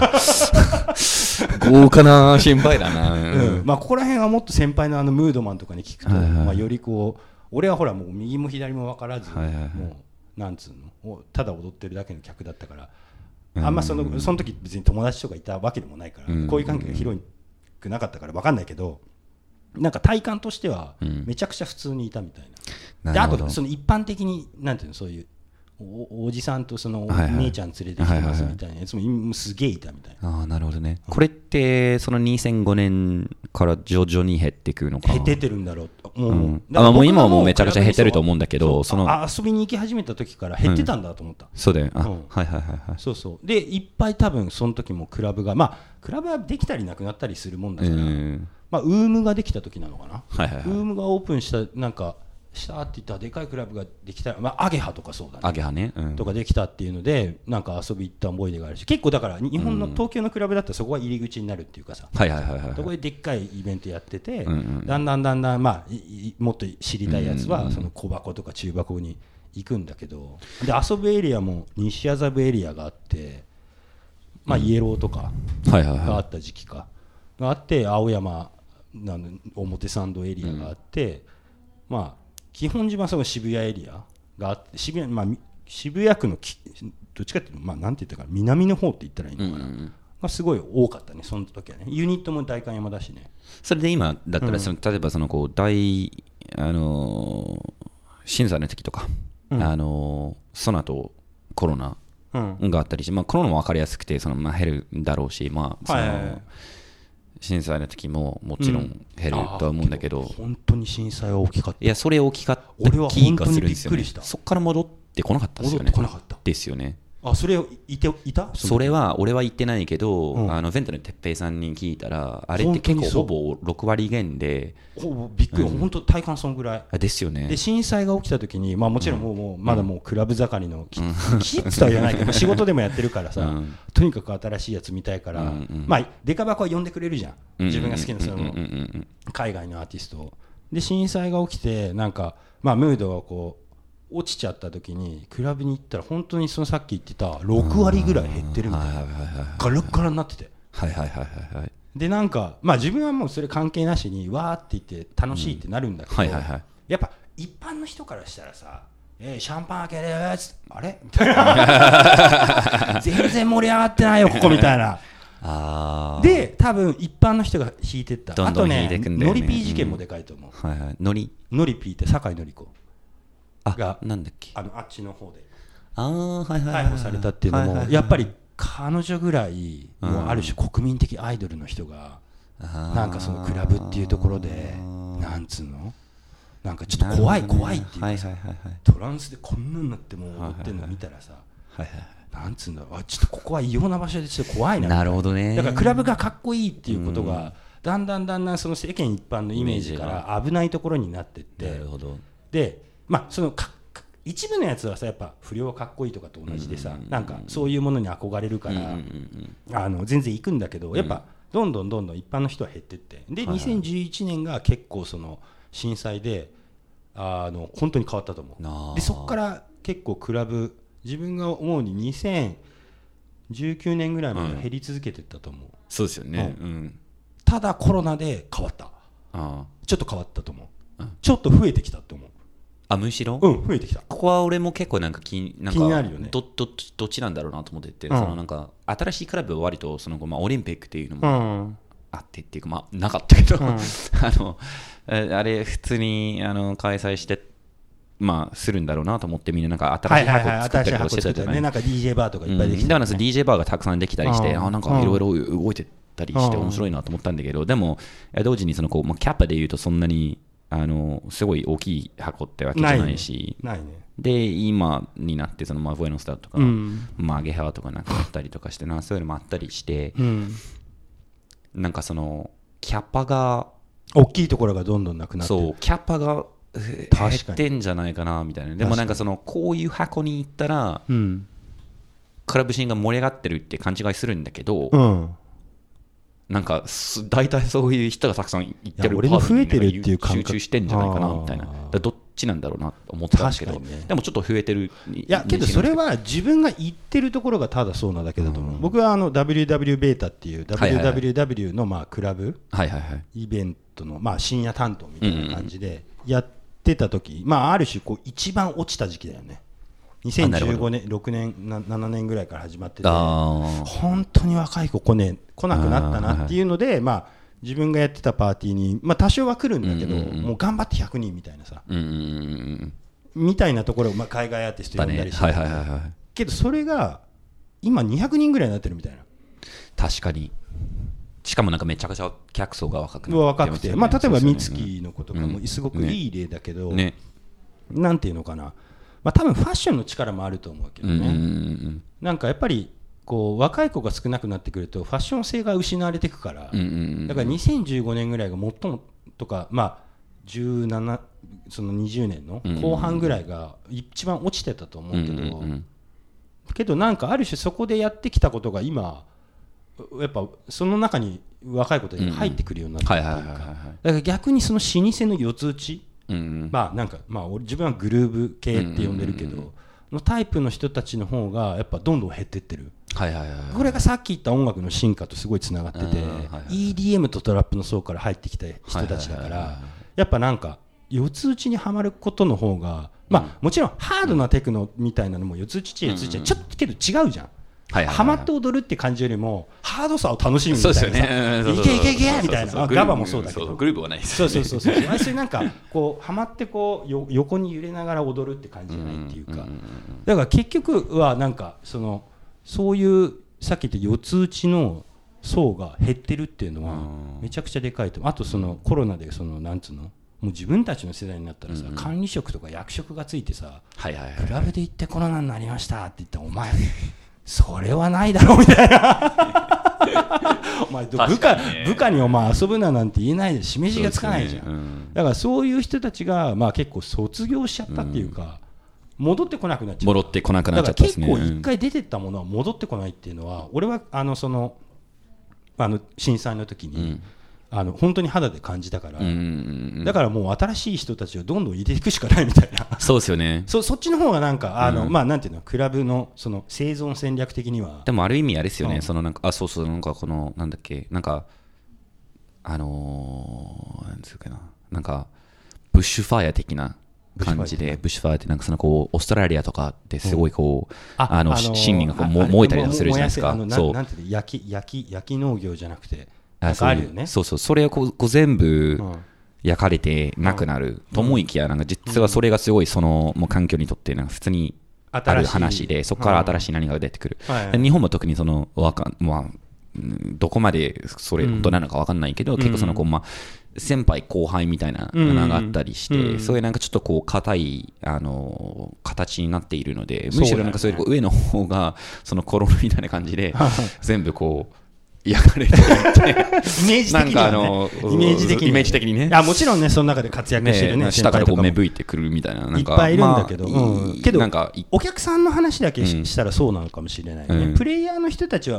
はい、豪華な心配だな、 うんまあ、ここら辺はもっと先輩のあのムードマンとかに聞くと、はいはいまあ、よりこう俺はほらもう右も左も分からず、はいはいはい、もうなんつうのただ踊ってるだけの客だったから、うん、あんまそのその時別に友達とかいたわけでもないから、うん、こういう関係が広くなかったから分かんないけど、なんか体感としてはめちゃくちゃ普通にいたみたいな、うん、であとその一般的になんていうのそういう お, おじさんとそのお姉ちゃん連れてきてますみたいなやつもすげえいたみたいな、 ああなるほどね、うん、これってそのにせんごねんから徐々に減ってくるのかな。 減ってってるんだろうともう、うん、 あもう今はもうめちゃくちゃ減ってると思うんだけど、その遊びに行き始めた時から減ってたんだと思った、うん、 そうだよ、あ、うん、はいはいはいはい、 そうそうでいっぱい多分その時もクラブがまあクラブはできたりなくなったりするもんだから、うんまあ、ウームができた時なのかな、はいはいはい、ウームがオープンしたなんかしたって言ったらでかいクラブができたら、まあ、アゲハとかそうだね、 アゲハね、うん、 とかできたっていうのでなんか遊び行った思い出があるし、結構だから日本の東京のクラブだったらそこが入り口になるっていうかさ、 はいはいはいはい、 そこででっかいイベントやってて、うんうん、だんだんだんだん、まあ、もっと知りたいやつはその小箱とか中箱に行くんだけど、で遊ぶエリアも西麻布エリアがあって、まあ、イエローとかがあった時期かがあって、青山なん表参道エリアがあって、うん、まあ基本自分はその渋谷エリアがあって、渋谷、まあ、渋谷区のきどっちかっていうと、まあ、なんて言ったかな、南の方って言ったらいいのかな、うんうん、がすごい多かったね、その時はね。ユニットも代官山だしね。 それで今だったらその、うん、例えばそのこう大、あのー、震災の時とか、うんあのー、その後コロナがあったりして、まあ、コロナも分かりやすくてその、まあ、減るだろうし、まあそのはいはいはい、震災の時ももちろん減るとは思うんだけど、うん、 本当に震災は大きかった。 いやそれ大きかった気がするんですよね。そこから戻ってこなかったですよね。 戻ってこなかったですよね。 あそれいていたそれは俺は言ってないけど、うん、あのベントの哲平さんに聞いたらあれって結構ほぼろくわり減で、 ほぼびっくり、うん、本当体感そんぐらいですよね。 で震災が起きた時に、まあ、もちろんもう、うん、もうまだもうクラブ盛りのキッズとは言わないけど仕事でもやってるからさ、うん、とにかく新しいやつ見たいから、うんうんまあ、デカ箱は呼んでくれるじゃん、うん、自分が好きなその海外のアーティストを。で震災が起きてなんか、まあ、ムードがこう落ちちゃった時にクラブに行ったら本当にそのさっき言ってたろくわりぐらい減ってるみたいな、ガラッガラになってて、 はいはいはいはいはい、 でなんかまあ自分はもうそれ関係なしにわーって言って楽しいってなるんだけど、うんはいはいはい、やっぱ一般の人からしたらさ、えー、シャンパン開けるやつあれみたいな全然盛り上がってないよここみたいなあで多分一般の人が引いてった。 どんどん引いていくんだよね。 あとねノリピー事件もでかいと思う、 うんはいはい、ノリノリピーって酒井紀子がなんだっけあ, のあっちの方であ、はいはいはい、 逮捕されたっていうのも、はいはいはい、やっぱり彼女ぐらいもうある種国民的アイドルの人が、うん、なんかそのクラブっていうところでなんつうのなんかちょっと怖い、ね、怖いっていうか、はいはいはいはい、トランスでこんなになってもう踊ってるの見たらさ、はいはいはい、なんつうんだあちょっとここは異様な場所でちょっと怖いな。 なるほどね。 だからクラブがかっこいいっていうことが、うん、だんだんだんだんその世間一般のイメージから危ないところになってって、なるほど。でまあそのか一部のやつはさやっぱ不良はかっこいいとかと同じでさ、うんうんうんうん、なんかそういうものに憧れるから、うんうんうん、あの全然行くんだけど、やっぱどんどんどんどん一般の人は減ってってで、はいはい、にせんじゅういちねんが結構その震災であの本当に変わったと思う。でそこから結構クラブ自分が思うににせんじゅうきゅうねんぐらいまで減り続けていったと思う、うん、 そうですよね、 うんうん、 ただコロナで変わった。 あちょっと変わったと思う、うん、ちょっと増えてきたと思う。 あむしろ、 うん、増えてきた。 ここは俺も結構なんか気なんか気になるよね。 どどどっちなんだろうなと思ってて、うん、そのなんか新しいクラブは割とその、まあ、オリンピックっていうのもあってっていうか、まあ、なかったけど、うん、あのあれ普通にあの開催してまあするんだろうなと思って、みんななんか新しい箱作ったりとかしてたじゃない。 なんか ディージェー バーとかいっぱいできて、 うん、だから ディージェー バーがたくさんできたりして、あなんかいろいろ動いてたりして面白いなと思ったんだけど、でも同時にそのこう、まあ、キャパでいうとそんなにあのすごい大きい箱ってわけじゃないし、 ないねないね。 で今になってそのまあブエノスターとか、うんまあ、アゲハワとかなくなったりとかしてな、そういうのもあったりして、うん、なんかそのキャパが大きいところがどんどんなくなって、 そうキャパが減ってんじゃないかなみたいな。でもなんかそのこういう箱に行ったら、うん、クラブシーンが盛り上がってるって勘違いするんだけど、うん、なんか大体そういう人がたくさん行ってるパーティーに集中してんじゃないかなみたいな。だどっちなんだろうなと思ってたんですけど、ね、でもちょっと増えてる。 いやけどそれは自分が行ってるところがただそうなだけだと思う、うん、僕はあの ダブリューダブリュー ベータっていう ダブリューダブリューダブリュー のまあクラブイベントのまあ深夜担当みたいな感じでやってた時、まあある種こう一番落ちた時期だよね。にせんじゅうごねんろくねんななねんぐらいから始まってて、本当に若い子来ね来なくなったなっていうので、まあ自分がやってたパーティーに、まあ、多少は来るんだけど、うんうんうん、もう頑張ってひゃくにんみたいなさ、うんうんうん、みたいなところを、まあ、海外アーティスト呼んだりして、ねはいはいはいはい、けどそれが今にひゃくにんぐらいになってるみたいな。 確かに。しかもなんかめちゃくちゃ客層が若くなって若くて、まあ、例えば美月の子とかもすごくいい例だけど、ねね、なんていうのかな、まあ、多分ファッションの力もあると思うけどね、うんうんうん、なんかやっぱりこう若い子が少なくなってくるとファッション性が失われていくから、うんうんうん、だからにせんじゅうごねんぐらいが最もとか、まあ、じゅうななそのにじゅうねんの後半ぐらいが一番落ちてたと思うけど、うんうんうん、けどなんかある種そこでやってきたことが今やっぱその中に若い子たちが入ってくるようになってるというか、だから逆にその老舗の四つ打ち、うんうん、まあなんかまあ自分はグルーブ系って呼んでるけど、うんうんうん、のタイプの人たちの方がやっぱどんどん減ってってる。はいはいはいはい、これがさっき言った音楽の進化とすごいつながってて、はいはい、イーディーエム とトラップの層から入ってきた人たちだから、はいはいはいはい、やっぱなんか四つ打ちにはまることの方が、まあ、うん、もちろんハードなテクノみたいなのも四つ打ちっちゃ四つ打ちっちゃ、うん、ちょっとけど違うじゃん。はいはいはい、はまって踊るって感じよりもハードさを楽しむみたいなさ、そうですよね、いけいけいけみたいな、ガバもそうだけどグルーブはないですよね。 そうそうそうそう、あれなんかこうはまってこうよ横に揺れながら踊るって感じじゃないっていうか、だから結局はなんかそのそういうさっき言った四つ打ちの層が減ってるっていうのはめちゃくちゃでかいと。あとそのコロナでそのなんつうのもう自分たちの世代になったらさ、うんうん、管理職とか役職がついてさ、はいはいはいはい、クラブで行ってコロナになりましたって言ったらお前それはないだろうみたいなお前部下、ね、部下にお前遊ぶななんて言えないでしめじがつかないじゃん、ね、うん、だからそういう人たちがまあ結構卒業しちゃったっていうか、うん、戻ってこなくなっちゃった。 戻ってこなくなっちゃったですね。 だから結構一回出てったものは戻ってこないっていうのは、俺はあのそのあの震災の時に、うん、あの本当に肌で感じたから、うんうんうん、だからもう新しい人たちをどんどん入れていくしかないみたいな。 そうですよね。 そ, そっちの方がなんかあの、うん、まあなんていうのクラブのその生存戦略的にはでもある意味あれですよね、うん、そのなんかあそうそうなんかこのなんだっけなんかあのー、なんつうかななんかブッシュファイア的な感じでブッシュファイアってなんかそのこうオーストラリアとかってすごいこう、うん、あ, あの、あのー、市民がこう燃えたりとかするじゃないですか。 そうなんていうの焼き焼き焼き農業じゃなくてなんかあるよね。 そうそうそれをこうこう全部焼かれてなくなると思いきやなんか実はそれがすごいそのもう環境にとってなんか普通にある話でそこから新しい何かが出てくる、はいはい、日本も特にそのわか、まあ、どこまでそれ本当なのか分かんないけど、うん、結構そのこう、まあ、先輩後輩みたいなのがあったりして、うん、そういうなんかちょっとこう硬いあの形になっているのでむしろなんかそういう上の方がそのコロナみたいな感じで全部こう焼かれていってイメージ的には、ね、なんかあのイメージ的に、ね、 イメージ的にね。 あもちろんねその中で活躍してるね、 ね下からこう芽吹いてくるみたいななんかいっぱいいるんだけど、 まあうん、けどなんかお客さんの話だけし、うん、したらそうなのかもしれないね、うん、プレイヤーの人たちはまあ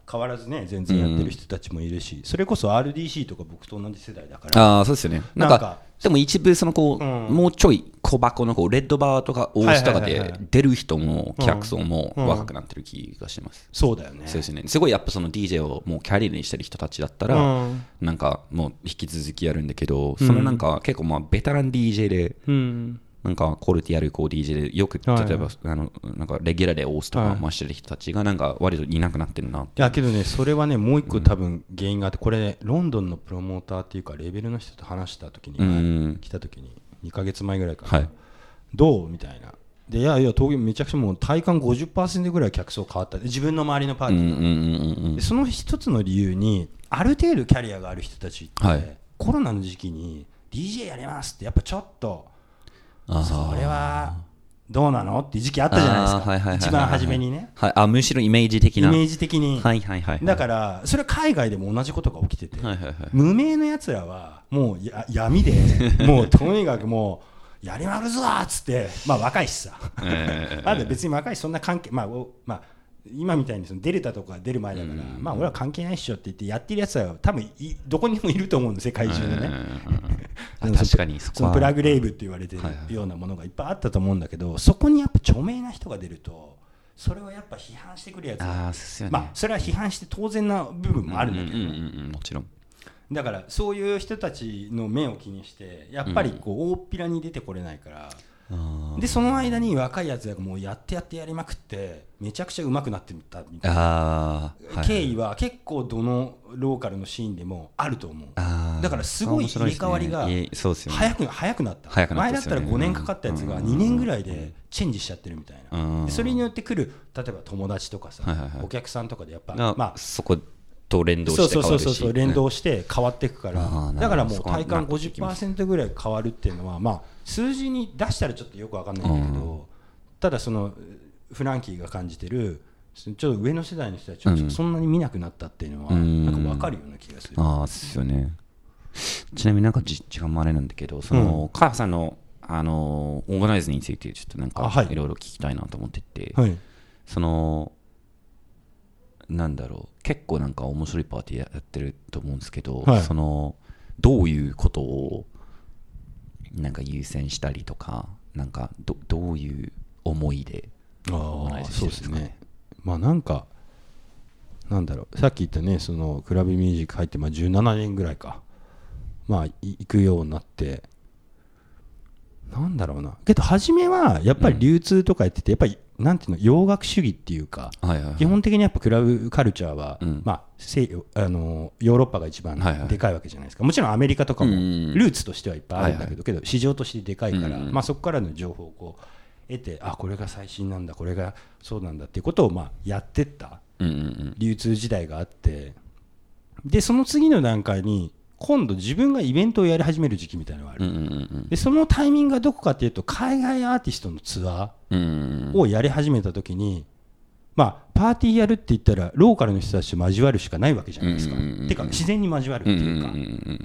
変わらずね全然やってる人たちもいるし、うん、それこそ アールディーシー とか僕と同じ世代だから。 ああそうですよね。なんか、なんかでも一部そのこう、うん、もうちょい小箱のこうレッドバーとかオースとかで出る人も客層も若くなってる気がします、 うんうん、そうだよね。 そうですね。すごいやっぱその ディージェー をもうキャリアにしてる人たちだったら、うん、なんかもう引き続きやるんだけど、そのなんか結構まあベテラン ディージェー で、うんなんかクオリティあるこう ディージェー でよく例えば、はい、あのなんかレギュラーでオースとか回してる人たちがなんか割といなくなってるなって。 いやけどねそれはねもう一個多分原因があって、これねロンドンのプロモーターっていうかレベルの人と話した時に、うん、来た時ににかげつまえぐらいから、はい、どうみたいなでいやいや東京めちゃくちゃもう体感 ごじゅっパーセント ぐらい客層変わった自分の周りのパーティーが、うんうんうんうん、でその一つの理由にある程度キャリアがある人たちって、はい、コロナの時期に ディージェー やりますってやっぱちょっとそれはどうなのっていう時期あったじゃないですか、はいはいはいはい、一番初めにね、 はい、あむしろイメージ的なイメージ的に、 はいはいはいはい、 だからそれは海外でも同じことが起きてて、はいはいはい、無名のやつらはもうや闇でもうとにかくもうやりまるぞっつってまあ若いしさ、えー、まだ別に若いしそんな関係まあ、まあ今みたいにそのデルタとか出る前だから、うんうん、まあ俺は関係ないっしょって言ってやってるやつは多分いどこにもいると思うんです世界中のね、 うんうん、確かにそのプラグレイブって言われてるようなものがいっぱいあったと思うんだけど、はいはい、そこにやっぱ著名な人が出るとそれはやっぱ批判してくるやつあすよ、ね、 まあそれは批判して当然な部分もあるんだけど、うんうんうんうん、もちろんだからそういう人たちの目を気にしてやっぱりこう大っぴらに出てこれないから、うん、でその間に若いやつがもうやってやってやりまくってめちゃくちゃ上手くなってったみたいな経緯は結構どのローカルのシーンでもあると思う。だからすごい入れ替わりが早く早くなった。前だったらごねんかかったやつがにねんぐらいでチェンジしちゃってるみたいな。でそれによって来る例えば友達とかさ、はいはいはい、お客さんとかでやっぱまあそこと連動して変わるし、 そうそうそうそう連動して変わっていくから、だからもう体感 ごじゅっパーセント ぐらい変わるっていうのはまあ数字に出したらちょっとよく分かんないんだけど、ただそのフランキーが感じてるちょっと上の世代の人たちはそんなに見なくなったっていうのはなんか分かるような気がする。 ああですよね。ちなみになんか時間もあれなんだけど、その川さんのあのオーガナイズについてちょっとなんかいろいろ聞きたいなと思ってて、はい、そのなんだろう結構なんか面白いパーティーやってると思うんですけど、はい、そのどういうことをなんか優先したりとかなんか ど, どういう思いでオーガナイズしてるんですかね。 まあなんかなんだろうさっき言ったねそのクラブミュージック入ってまあじゅうななねんぐらいかまあ行くようになってなんだろうなけど初めはやっぱり流通とかやっててやっぱりなんていうの洋楽主義っていうか、はいはいはい、基本的にやっぱクラブカルチャーは、うんまあ、西あのヨーロッパが一番でかいわけじゃないですか、はいはい、もちろんアメリカとかもルーツとしてはいっぱいあるんだけど、はいはい、けど市場としてでかいから、うんまあ、そこからの情報をこう得てあこれが最新なんだこれがそうなんだっていうことをまあやってった流通時代があってでその次の段階に今度自分がイベントをやり始める時期みたいなのがある、うんうんうん、でそのタイミングがどこかっていうと海外アーティストのツアーをやり始めた時に、まあ、パーティーやるって言ったらローカルの人たちと交わるしかないわけじゃないですか、うんうんうん、てか自然に交わるっていうか、うんうんうん、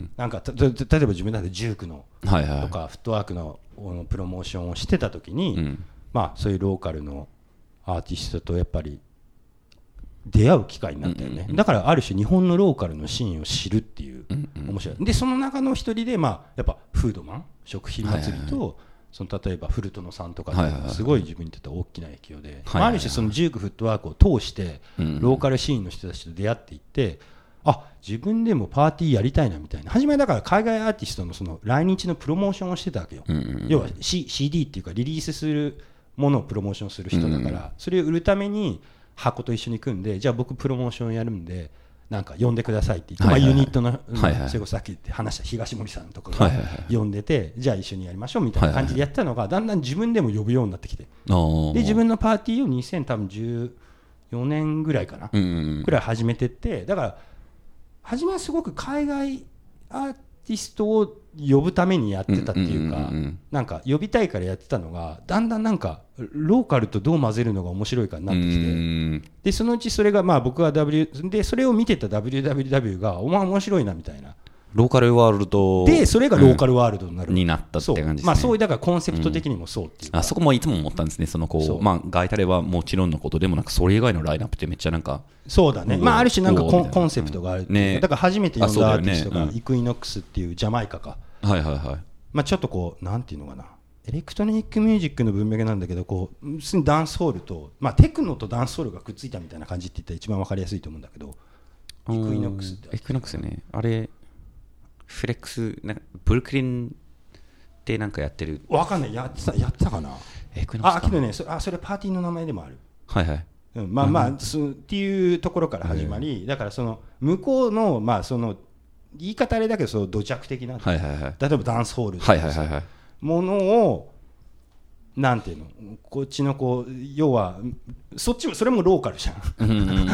なんかた例えば自分だってジュークのとか、はいはい、フットワークのプロモーションをしてた時に、うんまあ、そういうローカルのアーティストとやっぱり出会う機会になったよね、うんうんうん、だからある種日本のローカルのシーンを知るっていう、うんうん、面白いでその中の一人で、まあ、やっぱフードマン食品祭りと、はいはいはい、その例えばフルトノさんとかすごい自分にとっては大きな影響で、はいはいはい、ある種そのジュークフットワークを通してローカルシーンの人たちと出会っていって、うんうん、あ自分でもパーティーやりたいなみたいな初めだから海外アーティストのその来日のプロモーションをしてたわけよ、うんうんうん、要は、C、シーディー っていうかリリースするものをプロモーションする人だから、うんうん、それを売るために箱と一緒に組んでじゃあ僕プロモーションやるんでなんか呼んでくださいって言って、はいはいはいまあ、ユニットの、はいはい、それこそさっき話した東森さんとかが呼んでて、はいはいはい、じゃあ一緒にやりましょうみたいな感じでやってたのが、はいはいはい、だんだん自分でも呼ぶようになってきてで自分のパーティーをにせんじゅうよねんぐらいかな、うんうん、くらい始めてってだから初めはすごく海外アーティストを呼ぶためにやってたっていうか、うんうんうんうん、なんか呼びたいからやってたのがだんだんなんかローカルとどう混ぜるのが面白いかになってきて、うん、でそのうちそれがまあ僕は W でそれを見てた ダブリューダブリューダブリュー がお前面白いなみたいなローカルワールドでそれがローカルワールドになる、 うん、になったって感じですね。 まあ、そういうだからコンセプト的にもそうっていうか、 うん、あそこもいつも思ったんですね。そのこうう、まあ、ガイタレはもちろんのことでもなんかそれ以外のラインナップってめっちゃなんかそうだね、まあ、ある種なんかコン、コンセプトがあるっていうか、ね、だから初めて読んだアーティストが、ね、うん、イクイノックスっていうジャマイカか、 はいはいはい、 まあ、ちょっとこうなんていうのかな、エレクトロニックミュージックの文脈なんだけど、こう普通にダンスホールと、まあ、テクノとダンスホールがくっついたみたいな感じって言ったら一番分かりやすいと思うんだけど、イクイノックスってイクイノックスね、あれフレックスなんかブルックリンでなんかやってる、 分かんない、やってたやってたかな、 エクイノックスか、 あけどね、そあそれパーティーの名前でもある、 はいはい、 うん、まあまあ、うん、っていうところから始まり、だからその向こうのまあその言い方あれだけど、その土着的な、 はいはいはい、 例えばダンスホールとか、はいはいはいはい、ものをなんていうの、こっちのこう要はそっちもそれもローカルじゃん。うんうんうんうん、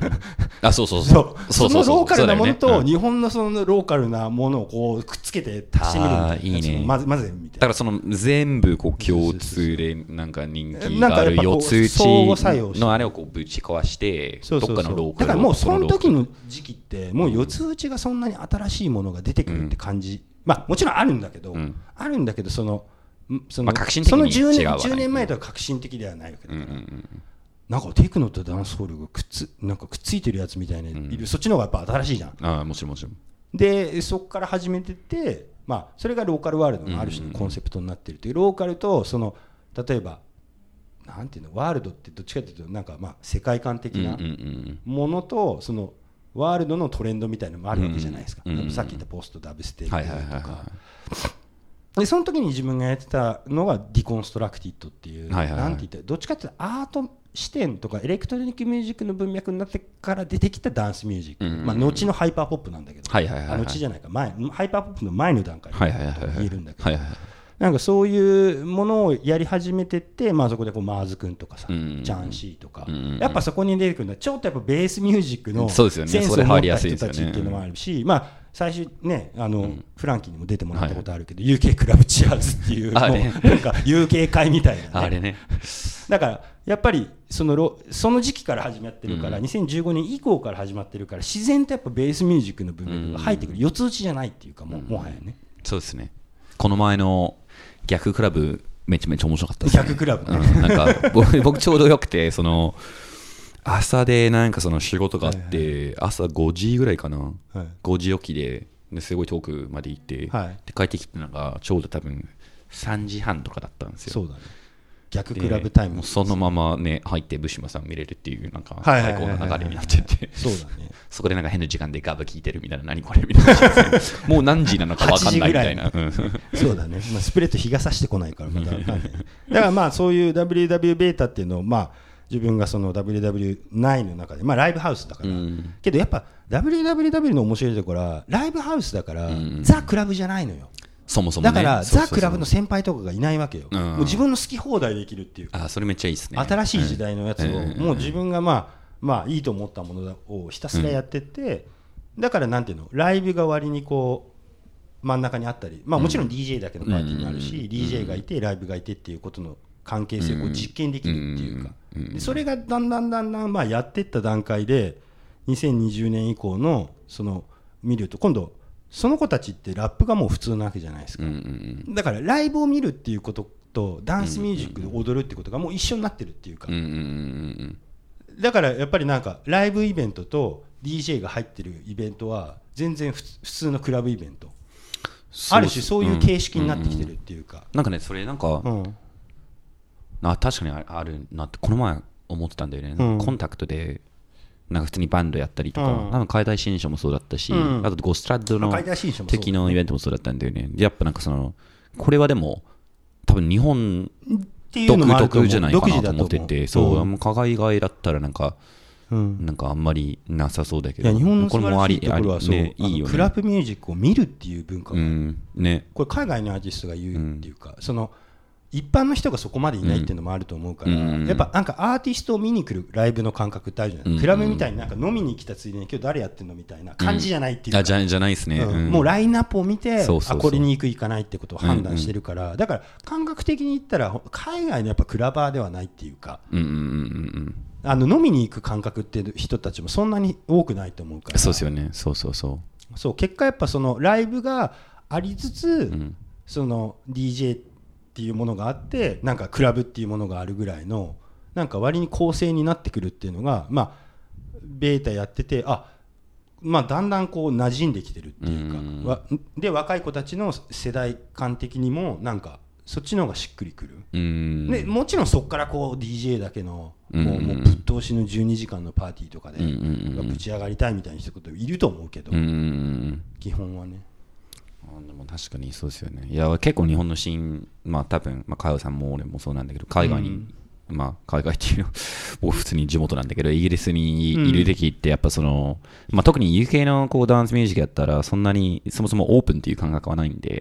あそうそうそうそう、そのローカルなものと日本のそのローカルなものをこうくっつけて足してみるみたいな、いいね、まずまずみたいな。だからその全部こう共通でなんか人気がある四つ打ちのあれをこうぶち壊してどっかのローカル、 だからもうその時の時期ってもう四つ打ちがそんなに新しいものが出てくるって感じ、まあもちろんあるんだけど、あるんだけどそのその、まあ、革新的に違うわね、そのじゅうねん、じゅうねんまえとは革新的ではないわけだから、うんうんうん、なんかテクノとダンスホールがくっつなんかくっついてるやつみたいな、うん、そっちの方がやっぱ新しいじゃん。 ああもちろんもちろん。 でそこから始めてってまあ、それがローカルワールドのある種のコンセプトになっているという、ローカルとその例えばなんていうのワールドってどっちかというとなんかまあ世界観的なものとそのワールドのトレンドみたいなのもあるわけじゃないですか、うんうん、さっき言ったポストダブステープとかでその時に自分がやってたのがディコンストラクティッドっていう、はいはいはい、なんて言ったらどっちかっていうとアート視点とかエレクトロニックミュージックの文脈になってから出てきたダンスミュージック、うんうんうん、まあ、後のハイパーポップなんだけど、はいはいはいはい、後じゃないか前ハイパーポップの前の段階で言えるんだけど、はいはいはいはい、なんかそういうものをやり始めてって、まあ、そこでこうマーズ君とかさ、うんうん、ジャンシーとか、うんうん、やっぱそこに出てくるのはちょっとやっぱベースミュージックのセンスを持った人たちっていうのもあるし、まあ最初ねあの、うん、フランキーにも出てもらったことあるけど、はい、ユーケー クラブチアーズっていうもうなんか ユーケー 会みたいな、ね、 あれねだからやっぱりそのその時期から始まってるから、うん、にせんじゅうごねん以降から始まってるから自然とやっぱベースミュージックの部分が入ってくる、うん、四つ打ちじゃないっていうかもう、うん、もはやね。 そうですね。この前の逆クラブめちゃめちゃ面白かったですね。 逆クラブ、ね、 うん、なんか 僕, 僕ちょうどよくてその朝でなんかその仕事があって、はいはい、朝ごじぐらいかな、はい、ごじ起きでですごい遠くまで行って、はい、で帰ってきてなんかちょうど多分さんじはんとかだったんですよ。 そうだね。逆クラブタイム、 もうそのままね入ってブシマさん見れるっていうなんか最高な流れになってて、 そうだね。 そこでなんか変な時間でガブ聞いてるみたいな、何これみたいなもう何時なのか分かんないみたいなそうだね、まあ、スプレッド日が差してこないからまだ分かんないだからまあそういう ダブリューダブリュー ベータっていうのをまあ自分がその ダブリューダブリューナイン の中でまあライブハウスだから、うん、けどやっぱ ダブリューダブリューダブリュー の面白いところはライブハウスだから、うん、ザ・クラブじゃないのよ。 そもそもね、 だからザ・クラブの先輩とかがいないわけよ、うん、もう自分の好き放題できるっていうか、 あそれめっちゃいいですね。 新しい時代のやつをもう自分がまあまあいいと思ったものをひたすらやってって、うん、だからなんていうのライブが割にこう真ん中にあったり、まあもちろん ディージェー だけのパーティーもあるし、うん、ディージェー がいてライブがいてっていうことの関係性をこう実験できるっていうか、でそれがだんだんだんだんまあやっていった段階でにせんにじゅうねん以降のその見ると今度その子たちってラップがもう普通なわけじゃないですか、うんうんうん、だからライブを見るっていうこととダンスミュージックで踊るってことがもう一緒になってるっていうか、うんうんうん、だからやっぱりなんかライブイベントと ディージェー が入ってるイベントは全然普通のクラブイベント、ある種そういう形式になってきてるっていうか、うんうんうん、 なんかねそれなんか、うん、あ確かにあるなってこの前思ってたんだよね、うん、コンタクトでなんか普通にバンドやったりとか、うん、多分解体新書もそうだったし、うん、あとゴストラッドの敵のイベントもそうだったんだよね。やっぱなんかそのこれはでも多分日本独特じゃないかなと思ってて、そう、うん、海外だったらなんか、うん、なんかあんまりなさそうだけど、 いや日本の素晴らしいところはそう、ね、いいよね、クラブミュージックを見るっていう文化が、うんね、これ海外のアーティストが言うっていうか、うん、その一般の人がそこまでいないっていうのもあると思うから、うん、やっぱなんかアーティストを見に来るライブの感覚ってあるじゃない、うん、クラブみたいになんか飲みに来たついでに今日誰やってんのみたいな感じじゃないっていうか、うん、あじゃ、じゃないですね、うん、 もうラインナップを見てそうそうそう、あこれに行く行かないってことを判断してるから、うんうん、だから感覚的に言ったら海外のやっぱクラバーではないっていうか、うんうんうんうん、あの飲みに行く感覚っていう人たちもそんなに多くないと思うから、 そうですよね、そうそうそう、 そう結果やっぱそのライブがありつつ、うん、その ディージェー っていうものがあってなんかクラブっていうものがあるぐらいのなんか割に構成になってくるっていうのがまあベータやっててあまあだんだんこう馴染んできてるっていうか、うん、で若い子たちの世代間的にもなんかそっちの方がしっくりくる、うん、でもちろんそこからこう ディージェー だけのもう、もうぶっ通しのじゅうにじかんのパーティーとかでぶち上がりたいみたいな人いると思うけど、うん、基本はねあでも確かにそうですよね。いや結構日本のシーンまあ多分まあ佳代さんも俺もそうなんだけど海外に、うんまあ、海外っていうの僕普通に地元なんだけどイギリスにいる時ってやっぱその、まあ、特に ユーケー のこうダンスミュージックやったらそんなにそもそもオープンっていう感覚はないんで、うん、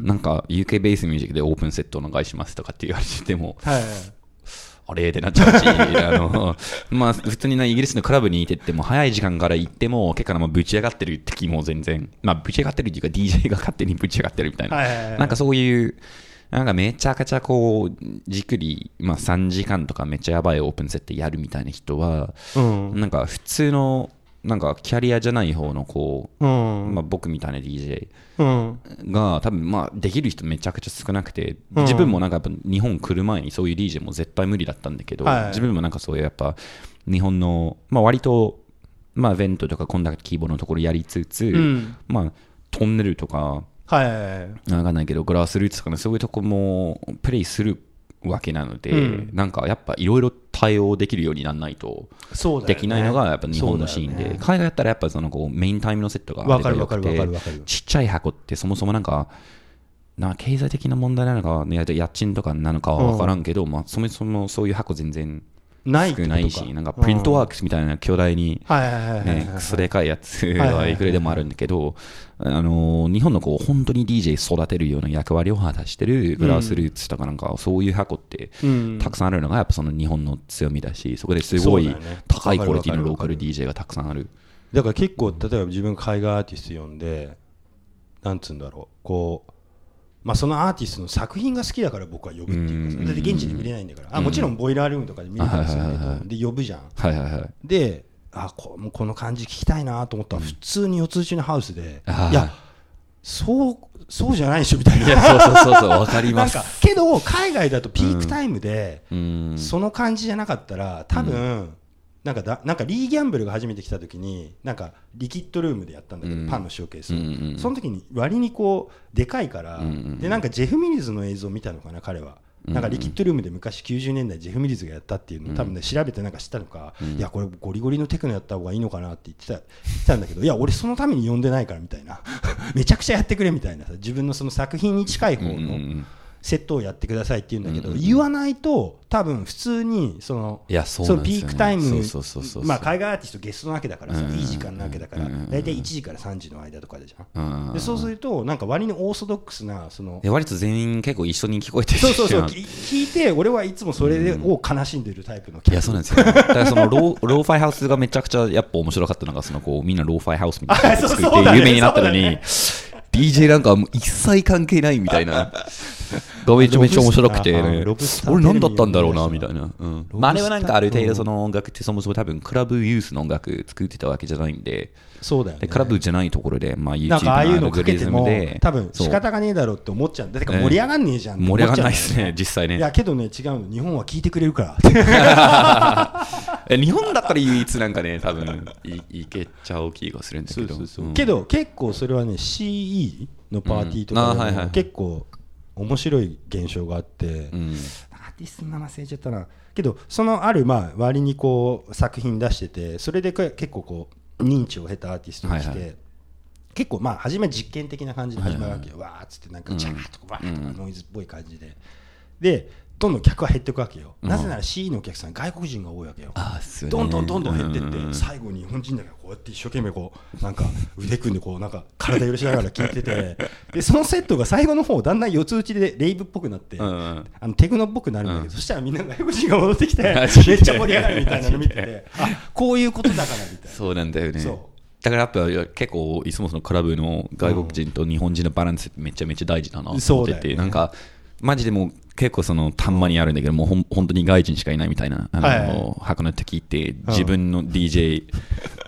なんか ユーケー ベースミュージックでオープンセットお願いしますとかって言われてても、はい、あれってなっちゃうしあの、まあ、普通にイギリスのクラブにいてっても早い時間から行っても結構まあぶち上がってる時も全然、まあ、ぶち上がってるっていうか ディージェー が勝手にぶち上がってるみたいな、はいはいはい、なんかそういうなんかめちゃくちゃこうじっくり、まあ、さんじかんとかめっちゃやばいオープンセットやるみたいな人は、うん、なんか普通のなんかキャリアじゃない方のこう、うんまあ、僕みたいな ディージェー が多分まあできる人めちゃくちゃ少なくて、うん、自分もなんかやっぱ日本来る前にそういう ディージェー も絶対無理だったんだけど、はい、自分もなんかそういうやっぱ日本の、まあ、割とまあベントとかこんなキーボードのところやりつつ、うん、まあトンネルとかはいはいはい、分かんないけどグラスルーツとか、ね、そういうとこもプレイするわけなので、うん、なんかやっぱいろいろ対応できるようにならないとできないのがやっぱ日本のシーンで、ね、海外だったらやっぱそのこうメインタイムのセットがあればよくてちっちゃい箱ってそもそもなんかな経済的な問題なのか家賃とかなのかは分からんけど、うんまあ、そもそもそういう箱全然ない少ないしなんかプリントワークスみたいな巨大にクソでかいやつはいくらでもあるんだけどあの日本のこう本当に ディージェー 育てるような役割を果たしてるグラスルーツとかなんかそういう箱ってたくさんあるのがやっぱその日本の強みだしそこですごい高いクオリティのローカル ディージェー がたくさんある。 だから結構例えば自分海外アーティスト呼んでなんつうんだろうこうまあ、そのアーティストの作品が好きだから僕は呼ぶっていうかだって現地で見れないんだからあもちろんボイラールームとかで見れたりするけどで呼ぶじゃん、はいはいはい、であ こ, もうこの感じ聞きたいなと思ったら普通に四つ打ちのハウスで、うん、いやそうそうじゃないでしょみたいな。いやそうそうそうそう分かります。なんかけど海外だとピークタイムで、うん、その感じじゃなかったら多分、うんなんかだなんかリー・ギャンブルが初めて来た時になんかリキッドルームでやったんだけど、うん、パンのショーケースを、うんうん、その時に割にこうでかいから、うんうん、でなんかジェフ・ミリズの映像を見たのかな彼は、うんうん、なんかリキッドルームで昔きゅうじゅうねんだいジェフ・ミリズがやったっていうのを多分ね調べてなんか知ったのか、うん、いやこれゴリゴリのテクノやった方がいいのかなって言ってた、言ってたんだけどいや俺そのために呼んでないからみたいなめちゃくちゃやってくれみたいな自分のその作品に近い方の、うんうんセットをやってくださいって言うんだけど、うんうん、言わないと多分普通にそのいやそうなんですよね、そのピークタイムまあ海外アーティストゲストなわけだからさ、うんうん、いい時間なわけだから、うんうん、大体いちじからさんじの間とかでじゃん、うんうん、でそうするとなんか割にオーソドックスなその割と全員結構一緒に聞こえてるそうそうそう聞いて俺はいつもそれを悲しんでるタイプの、 うん、いやそうなんですよ、ね、だからそのローローファイハウスがめちゃくちゃやっぱ面白かったのがそのこうみんなローファイハウスみたいなのを作って有名になったのに、ね、ディージェー なんかもう一切関係ないみたいながめちゃめちゃ面白くて、ね、俺何だったんだろうなみたいな、うん、まあ、あれはなんかある程度その音楽ってそもそも多分クラブユースの音楽作ってたわけじゃないんでそうだよね、 でクラブじゃないところで、まあ、YouTube のアルゴリズムで多分仕方がねえだろうって思っちゃうんだてか盛り上がんねえじゃん、 えー、盛り上がんないですね実際ね。 いやけどね違うの日本は聞いてくれるから日本だったら唯一なんかね多分 い, いけちゃう気がするんだけどそうそうそう、 うん、けど結構それはね シーイー のパーティーとかでも、うんはいはい、結構面白い現象があって、うん、アーティストの名前忘れちゃったなけどそのあるまあ割にこう作品出しててそれで結構こう認知を経たアーティストが来て、はいはい、結構まあ初め実験的な感じで始まるわけよ、はいはい、わーっつってなんかジャーッとかバーッとかノイズっぽい感じで、うん、でどんどん客は減っていくわけよ、うん、なぜなら シーイー のお客さん外国人が多いわけよ、あー、どんどんどんどん減ってって、うん、最後に日本人だけこうやって一生懸命こうなんか腕組んでこうなんか体揺らしながら聴いててでそのセットが最後の方だんだん四つ打ちでレイブっぽくなって、うん、あのテクノっぽくなるんだけど、うん、そしたらみんな外国人が戻ってきてめっちゃ盛り上がるみたいなの見ててあこういうことだからみたいなそうなんだよね。そうだからやっぱ結構いつもそのクラブの外国人と日本人のバランスめちゃめちゃ大事だなと思ってて、うんね、なんかマジでもう結構そのたんまにあるんだけどもうほん本当に外人しかいないみたいなあの、はい、箱の時って自分の ディージェー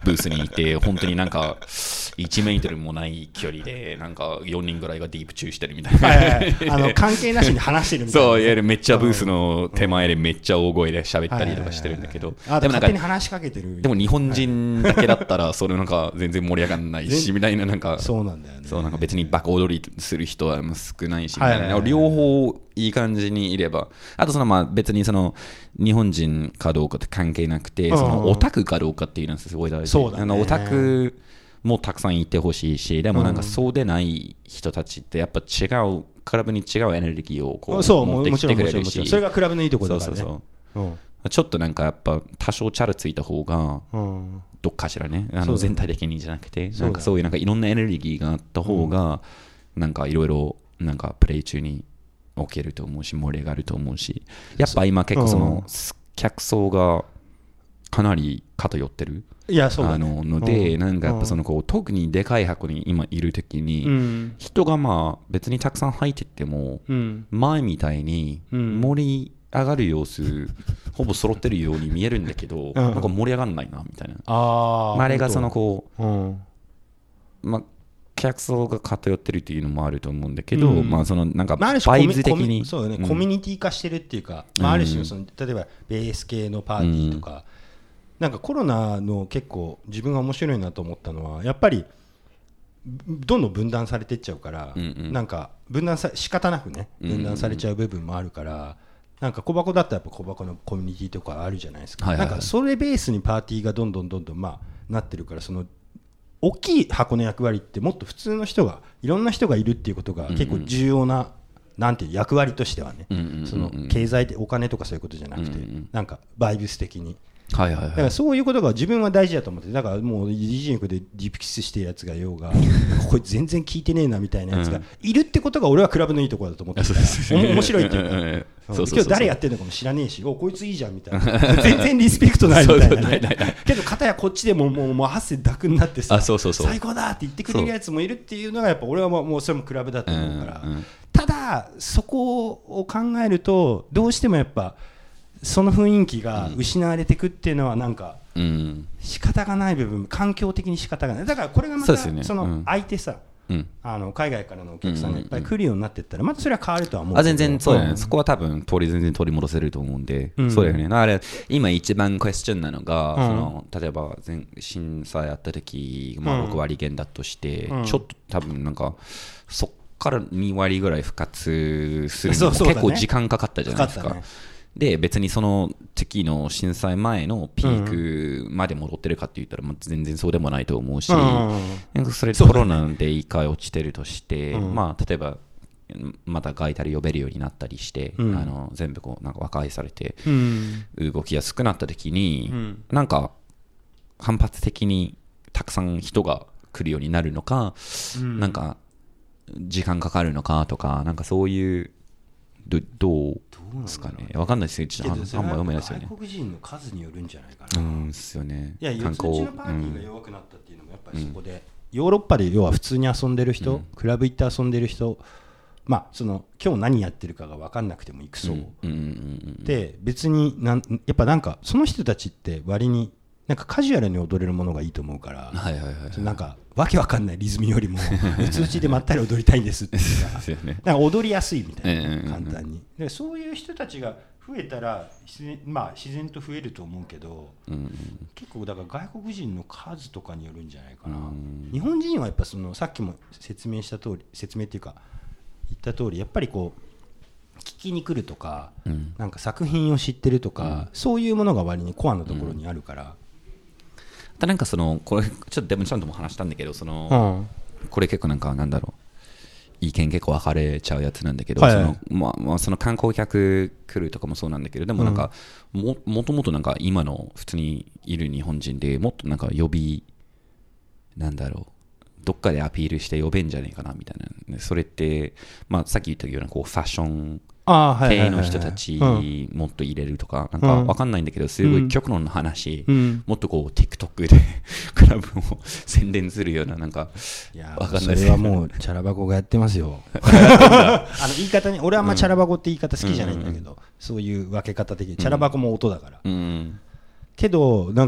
ブースにいて本当になんかいちメートルもない距離でなんかよにんぐらいがディープチューしてるみたいな、はいはいはい、 あの関係なしに話してるみたいな、ね、 そういわゆるめっちゃブースの手前でめっちゃ大声で喋ったりとかしてるんだけど、でも勝手に話しかけてる。 でも日本人だけだったらそれなんか全然盛り上がらないしみたいな、なんかそうなんだよね。 そうなんか別にバカ踊りする人は少ないしみたいな、はいはいはい、両方いい感じにいれば、あとそのまあ別にその日本人かどうかって関係なくて、そのオタクかどうかっていうのはすごい大事。そうだね、あのオタクもたくさんいてほしいし、でもなんかそうでない人たちってやっぱ違うクラブに違うエネルギーをこう持ってきてくれるし、 それがクラブのいいところだからね。そうそうそう、うん、 ちょっとなんかやっぱ多少チャラついた方がどっかしらね、あの全体的にじゃなくて、なんかそういうなんかいろんなエネルギーがあった方がなんかいろいろなんかプレイ中に起きると思うし盛り上がると思うし、やっぱ今結構その客層がかなり偏ってるいやそうだ、ね、 あのので、うん、なんかやっぱそのこう特にでかい箱に今いるときに、うん、人がまあ別にたくさん入ってっても、うん、前みたいに盛り上がる様子、うん、ほぼ揃ってるように見えるんだけど、うん、なんか盛り上がらないなみたいな、あ, あれがそのこう、うん、まあ客層が偏ってるっていうのもあると思うんだけど、うん、まあそのなんかバイブズ的に、 そうよね、うん、コミュニティ化してるっていうか、まあ、ある種のその例えばベース系のパーティーとか、うん、なんかコロナの結構自分が面白いなと思ったのはやっぱりどんどん分断されていっちゃうから、うんうん、なんか分断さ仕方なくね分断されちゃう部分もあるから、うんうんうん、なんか小箱だったらやっぱ小箱のコミュニティとかあるじゃないですか、はいはいはい、なんかそれベースにパーティーがどんどんどんどんまあなってるから、その大きい箱の役割ってもっと普通の人がいろんな人がいるっていうことが結構重要な、うんうん、なんていう役割としてはね、うんうんうん、その経済でお金とかそういうことじゃなくて、うんうん、なんかバイブス的に、はいはいはい、だからそういうことが自分は大事だと思って、だからもう理事力でディープキスしてるやつがいようがこれ全然聞いてねえなみたいなやつがいるってことが俺はクラブのいいところだと思ってるから面白いっていうか今日誰やってるのかも知らねえし、おこいついいじゃんみたいな全然リスペクトないみたいな、ね、けど片やこっちでももうもう汗だくになってさ、そうそうそう、最高だって言ってくれるやつもいるっていうのがやっぱ俺はもうそれもクラブだと思うから、うんうん、ただそこを考えるとどうしてもやっぱその雰囲気が失われていくっていうのはなんか仕方がない部分、環境的に仕方がない。だからこれがまたその相手さ、うん、あの海外からのお客さんがいっぱい来るようになっていったらまたそれは変わるとは思うけど、あ全然そうだね、うん、そこは多分取り全然取り戻せると思うんで、うん、そうだよね。だから今一番クエスチョンなのが、うん、その例えば前審査やった時、まあ、ろく割減だとして、うん、ちょっと多分なんかそっからに割ぐらい復活するのも結構時間かかったじゃないですか。で別にその時の震災前のピークまで戻ってるかって言ったら、まあ、全然そうでもないと思うし、うん、なんかそれコロナで一回落ちてるとして、うん、まあ例えばまたガイタル呼べるようになったりして、うん、あの全部こうなんか和解されて、うん、動きやすくなった時に、うん、なんか反発的にたくさん人が来るようになるのか、うん、なんか時間かかるのかとか、なんかそういうど, どうですかね、わかんないですよ、あんま読めないですよね。 外国人の数によるんじゃないかな。 うんですよね。 いや、四つ打ちのパーティーが弱くなったっていうのもやっぱりそこで、うん、ヨーロッパで要は普通に遊んでる人、うん、クラブ行って遊んでる人、まあその今日何やってるかが分かんなくても行くそう、うんうんうん、で別になんやっぱなんかその人たちって割になんかカジュアルに踊れるものがいいと思うから、はいはいはいはい、なんかわけわかんないリズムよりもうつうちでまったり踊りたいんですっていうかね、なんか踊りやすいみたいな、簡単にでそういう人たちが増えたら自然、まあ、自然と増えると思うけど、うんうん、結構だから外国人の数とかによるんじゃないかな、うん、日本人はやっぱそのさっきも説明した通り説明っていうか言った通りやっぱりこう聞きに来るとか、うん、なんか作品を知ってるとか、うん、そういうものが割にコアなところにあるから、うんなんかそのこれちょっとデブンさんとも話したんだけど、その、うん、これ結構なんかなんだろう意見結構分かれちゃうやつなんだけど、はいはい、そのまあまあその観光客来るとかもそうなんだけど、でもなんか、うん、も, もともとなんか今の普通にいる日本人でもっとなんか呼びなんだろうどっかでアピールして呼べんじゃねえかなみたいな。それってまあさっき言ったようなこうファッション系の人たちもっと入れるとか、なんか分かんないんだけど、すごい極論の話、うん、もっとこう TikTok でクラブを宣伝するような、なんか分かんない。それはもうチャラ箱がやってますよあの言い方に俺はあんまチャラ箱って言い方好きじゃないんだけど、うん、そういう分け方的にチャラ箱も音だから、うん、けどなんか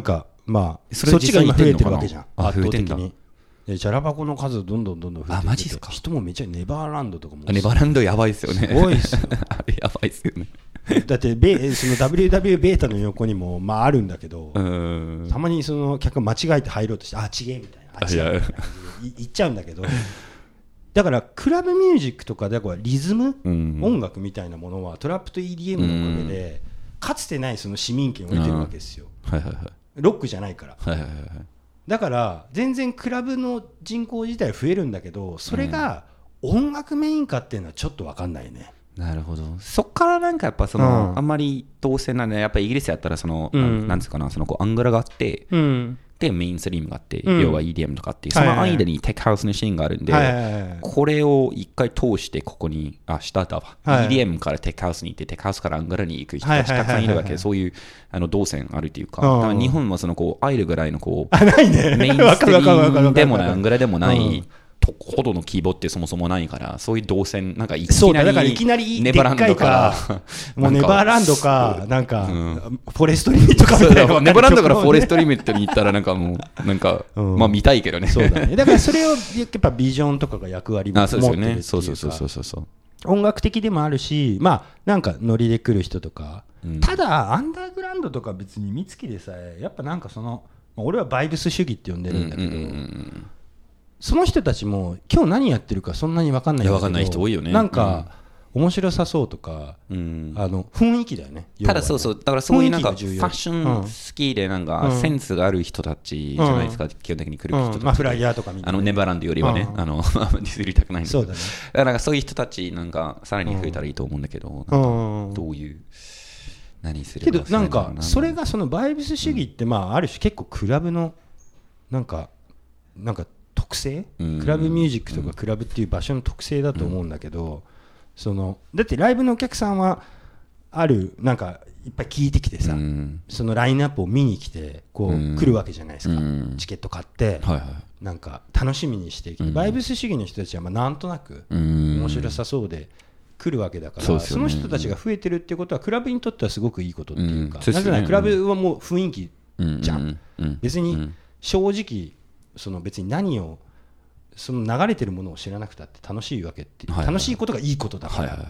まあそっちが今増えてるわけじゃん、圧倒的に。でチャラ箱の数どんどんどんどん増えてる。 あ、マジっすか。 人もめちゃネバーランドとかも。 ネバーランドやばいっすよね。 すごいっすよあれやばいっすよね。 だってベその ダブリューダブリュー ベータの横にもまああるんだけど、 うんたまにその客が間違えて入ろうとして、あ、ちげえみたいな、あ、ちげえみたいな感じで言っちゃうんだけどだからクラブミュージックとかでリズム、うん、音楽みたいなものはトラップと イーディーエム のおかげで、うん、かつてないその市民権を得てるわけですよ、 はいはいはい、 ロックじゃないから、 はいはいはい、 だから全然クラブの人口自体増えるんだけど、それが音楽メインかっていうのはちょっと分かんないね。 なるほど。そっからなんかやっぱその、うん、あんまり動線なんで、やっぱりイギリスやったらその、うん、なんつうかな、そのこうアングラがあって、うん、でメインストリームがあって、うん、要は イーディーエム とかっていう、その間にテックハウスのシーンがあるんで、はいはいはい、これを一回通してここに、あ、下だわ、はい、イーディーエム からテックハウスに行って、テックハウスからアングラに行く人たちたくさんいるわけで、そういうあの動線あるっていうか、だから日本はそのこうアイルぐらいのこう、 あ、ないね、 メインストリームでもない、アングラでもない。ほどの規模ってそもそもないから、そういう動線なんかいきなり、 だからいきなりネバーランドかもうネバーランドかなんか、うん、フォレストリミットかみたいな、 ネバーランドからフォレストリミットに行ったらなんかもうなんか、うん、まあ見たいけどね。 そうだね。だからそれをやっぱビジョンとかが役割も持ってるっていうか、 そうそうそうそうそうそう。 音楽的でもあるし、まあなんかノリで来る人とか、うん、ただアンダーグラウンドとか別に見つきでさえやっぱなんかその、まあ、俺はバイブス主義って呼んでるんだけど。うんうんうんうん、その人たちも今日何やってるかそんなに分かんないんだけど、 分かんない人多いよね。 なんか、うん、面白さそうとか、うん、あの雰囲気だよね。 ただそうそう、だからそういうなんかファッション好きでなんかセンスがある人たちじゃないですか、うん、基本的に来る人たち、うん、 まあ、フライヤーとかみんな、 あのネバーランドよりはね、うん、あのディスりたくないんだけど、そうだね、だからなんかそういう人たちなんかさらに増えたらいいと思うんだけど、うん、なんかどういう何すればけどなんかそれがそのバイブス主義ってまあある種結構クラブのなんかなんか特性、クラブミュージックとかクラブっていう場所の特性だと思うんだけど、そのだってライブのお客さんはあるなんかいっぱい聞いてきてさ、そのラインナップを見に来てこう来るわけじゃないですか、チケット買ってなんか楽しみにしてきて、バイブス主義の人たちはまあなんとなく面白さそうで来るわけだから、その人たちが増えてるってことはクラブにとってはすごくいいことっていうか、なぜならクラブはもう雰囲気じゃん、別に正直その別に何をその流れてるものを知らなくたって楽しいわけって、はいはい、楽しいことがいいことだから、はいはい、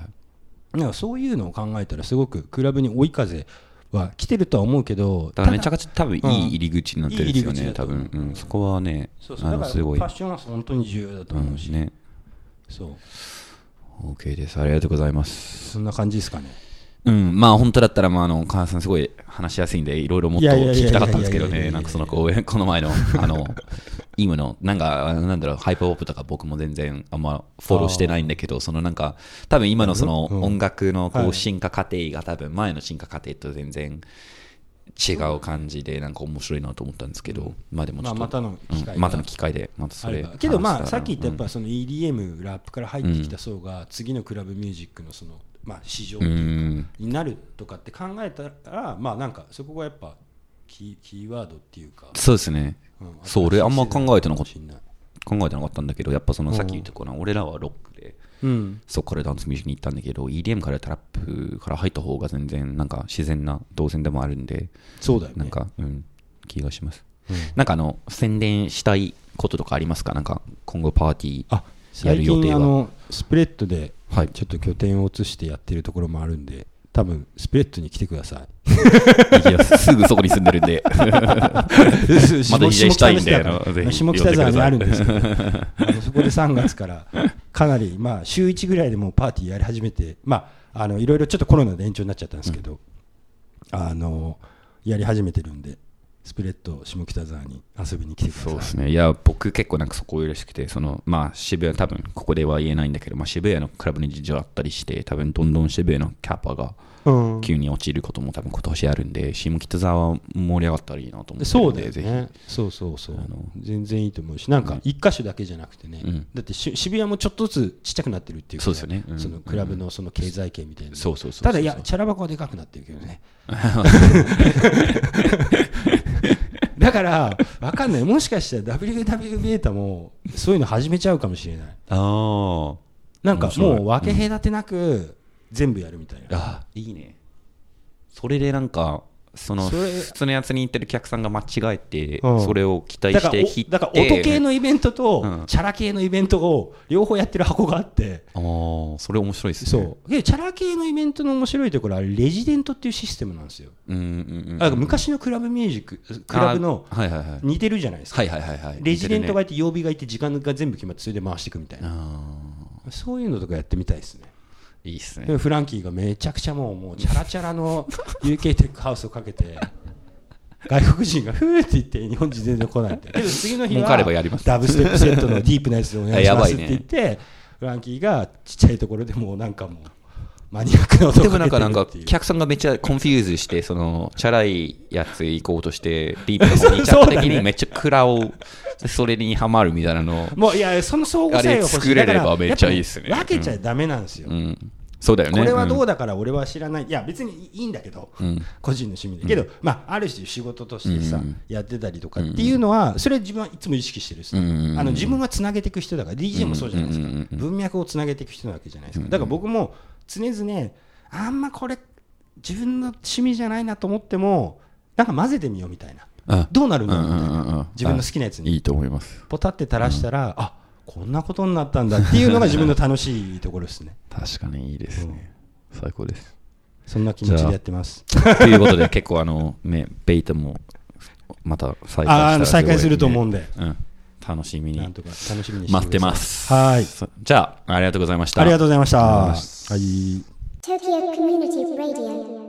なんかそういうのを考えたらすごくクラブに追い風は来てるとは思うけど、 だからめちゃくちゃ多分いい入り口になってるんですよね、うん、いい多分、うん、そこはね、 そうそう、だからファッションは本当に重要だと思うし、うん、ね、そう OK です、ありがとうございます。 そんな感じですかね。 うん、まあ本当だったら、まあ、あの川さんすごい話しやすいんでいろいろもっと聞きたかったんですけどね、なんかそのこうこの前のあのイムのなんかなんだろうハイパーポップとか僕も全然あんまフォローしてないんだけど、そのなんか多分今のその音楽のこう進化過程が多分前の進化過程と全然違う感じでなんか面白いなと思ったんですけど、まあでもちょっと、まあ、またの機会、うん、またの機会でまたそれけどまあさっき言ったやっぱその イーディーエム ラップから入ってきた層が次のクラブミュージックのそのまあ市場になるとかって考えたら、まあなんかそこがやっぱキー、キーワードっていうか、 そうですね、うん、そう俺あんま考えてなかった考えてなかったんだけど、やっぱそのさっき言ったこの俺らはロックで、うん、そこからダンスミュージックに行ったんだけど イーディーエム からトラップから入った方が全然なんか自然な動線でもあるんで、 そうだよね、 なんか、うん、気がします、うん、なんかあの宣伝したいこととかありますか？なんか今後パーティーやる予定は。 最近あのスプレッドでちょっと拠点を移してやってるところもあるんで、多分スプレッドに来てください。 いやすぐそこに住んでるんでまた移住したいんで下北沢にあるんですけどあのそこでさんがつからかなりまあ週いちぐらいでもうパーティーやり始めて、まああのいろいろちょっとコロナで延長になっちゃったんですけど、うん、あのやり始めてるんでスプレッド下北沢に遊びに来てください。 そうですね。いや僕結構なんかそこ嬉しくて、そのまあ渋谷多分ここでは言えないんだけど、まあ、渋谷のクラブに事情あったりして多分どんどん渋谷のキャパが急に落ちることも多分今年あるんで、下北沢は盛り上がったらいいなと思ってるんで、 そうだよね、ぜひそうそうそう、あの全然いいと思うし、なんか一箇所だけじゃなくてね、うん、だって渋谷もちょっとずつちっちゃくなってるっていうか、 そうですよね、うん、 そのクラブのその経済圏みたいな、 そうそうそう、 ただいやチャラ箱はでかくなってるけどねだから分かんない、もしかしたら ダブリューダブリュー ベータもそういうの始めちゃうかもしれない。 あなんかもう分け隔てなく全部やるみたいな、 うん、あいいね。それでなんかその普通のやつに行ってる客さんが間違えて、うん、それを期待して引いて、だから音系のイベントと、うん、チャラ系のイベントを両方やってる箱があって、 ああそれ面白いですね。 そうでチャラ系のイベントの面白いところはレジデントっていうシステムなんですよ。うんうんうん、あ昔のクラブミュージッククラブの似てるじゃないですか。レジデントがいて曜日がいて時間が全部決まってそれで回していくみたいな、そういうのとかやってみたいですね。 いいっすね。 フランキーがめちゃくちゃもう、もうチャラチャラの ユーケー テックハウスをかけて外国人がフーって言って日本人全然来ないってけど次の日はダブステップセットのディープなやつでお願いしますって言って、ね、フランキーがちっちゃいところでもうなんかもうマニアックな音をかけてるっていう。でもなんかなんか客さんがめっちゃコンフューズしてそのチャラいやつ行こうとしてディープな方に行っちゃった時にめっちゃクラをそれにハマるみたいなのもういやその相互作用を作れればめっちゃいいですね。 分けちゃダメなんですよ、 うんうんそうだよね、 これはどうだから俺は知らない、いや別にいいんだけど、うん、個人の趣味で、けど、まあ、ある種仕事としてさ、うん、やってたりとかっていうのはそれは自分はいつも意識してるし、うん、あの自分はつなげていく人だから ディージェー もそうじゃないですか、うん、文脈をつなげていく人なわけじゃないですか。だから僕も常々あんまこれ自分の趣味じゃないなと思ってもなんか混ぜてみようみたいな、どうなるんだろうみたいな、自分の好きなやつにいいと思います。 ポタって垂らしたら、うん、あこんなことになったんだっていうのが自分の楽しいところですね。 確かにいいですね、うん、最高です。 そんな気持ちでやってます。 ということで結構あの、ね、ベイトもまた再開したら、ね、 再開すると思うんで、 うん、楽しみになんとか楽しみに待ってます。 はい、 じゃあありがとうございました。 ありがとうございました。はい。Tokyo Community Radio